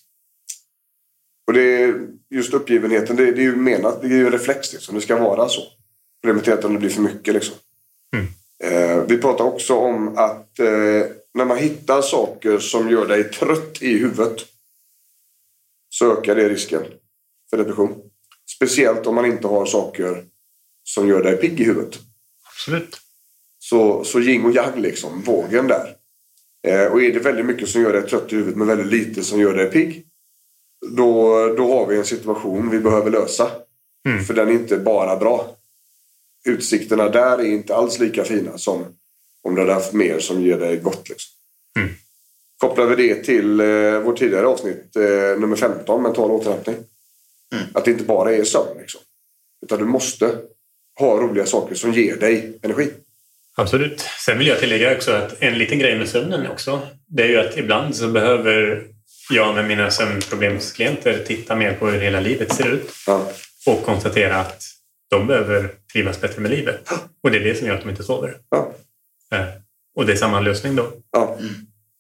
och det är just uppgivenheten, det, det är ju menat, det är ju en reflex liksom. Det ska vara så. Problemet är att det blir för mycket liksom. Mm. Eh, vi pratar också om att eh, när man hittar saker som gör dig trött i huvudet så ökar det risken för depression. Speciellt om man inte har saker som gör dig pigg i huvudet. Absolut. Så, så yin och yang liksom, vågen där. Eh, och är det väldigt mycket som gör dig trött i huvudet men väldigt lite som gör dig pigg, då, då har vi en situation vi behöver lösa. Mm. För den är inte bara bra. Utsikterna där är inte alls lika fina som om du hade haft mer som ger dig gott. Liksom. Mm. Kopplar vi det till eh, vårt tidigare avsnitt, eh, nummer femton, mental återhämtning. Mm. Att det inte bara är sömn. Liksom. Utan du måste ha roliga saker som ger dig energi. Absolut. Sen vill jag tillägga också att en liten grej med sömnen också, det är ju att ibland så behöver jag med mina sömnproblemsklienter titta mer på hur hela livet ser ut. Ja. Och konstatera att de behöver trivas bättre med livet. Och det är det som gör att de inte sover. Ja. Och det är samma lösning då. Ja. Mm.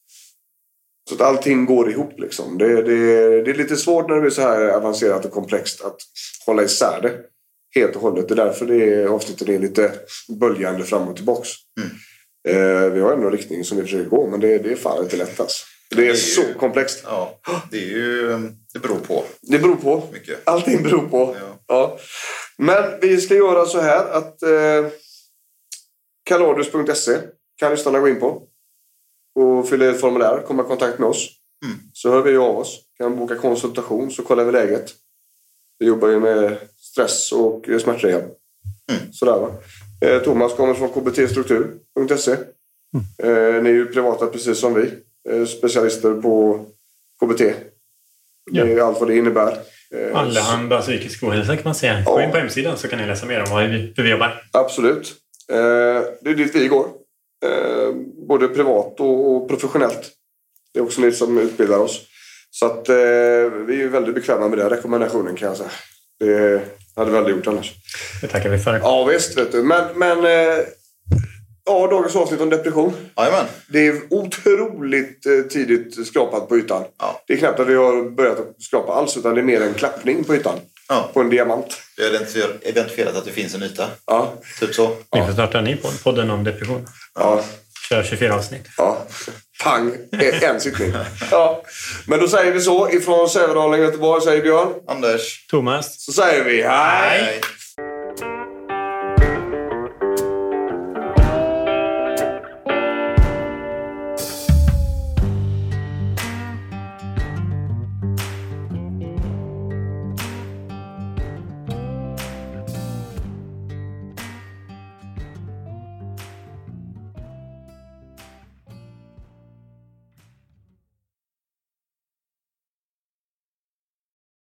Så att allting går ihop liksom. Det, det, det är lite svårt när det blir så här avancerat och komplext att hålla isär det helt och hållet. Det är därför det avsnittet är lite böljande fram och tillbaks. Mm. Eh, vi har ändå en riktning som vi försöker gå, men det, det är fan inte lätt alltså. Det är, det är så ju komplext. Ja, det är ju, det beror på. Det beror på. Mycket. Allting beror på. Ja. Ja. Men vi ska göra så här att eh, kaladius punkt se kan lyssnarna gå in på och fylla i ett formulär, komma i kontakt med oss. Mm. Så hör vi av oss. Kan boka konsultation så kollar vi läget. Vi jobbar ju med stress och smärtrehab. Mm. Sådär va. Eh, Thomas kommer från k b t struktur punkt se. Mm. Eh, ni är ju privata precis som vi. Eh, specialister på K B T. Det är ja. Allt vad det innebär. Eh, Allehanda psykisk ohälsa kan man säga. Ja. Gå in på hemsidan så kan ni läsa mer om hur vi jobbar. Absolut. Eh, det är dit vi går. Eh, både privat och, och professionellt. Det är också ni som utbildar oss. Så att eh, vi är väldigt bekväma med den rekommendationen kan jag säga. Det hade vi aldrig gjort annars. Det tackar vi för. Ja visst vet du. Men, men eh, ja, dagens avsnitt om depression. Jajamän. Det är otroligt eh, tidigt skrapat på ytan. Ja. Det är knappt att vi har börjat skrapa alls, utan det är mer en klappning på ytan. Ja. På en diamant. Vi har identifierat att det finns en yta. Ja. Typ så. Vi får starta en ny podd, podden om depression. Ja. Kör tjugofyra avsnitt. Ja. Pang. En sittning. Ja. Men då säger vi så. Ifrån Sävedalen, Göteborg säger Björn. Anders. Thomas. Så säger vi hej. Hej.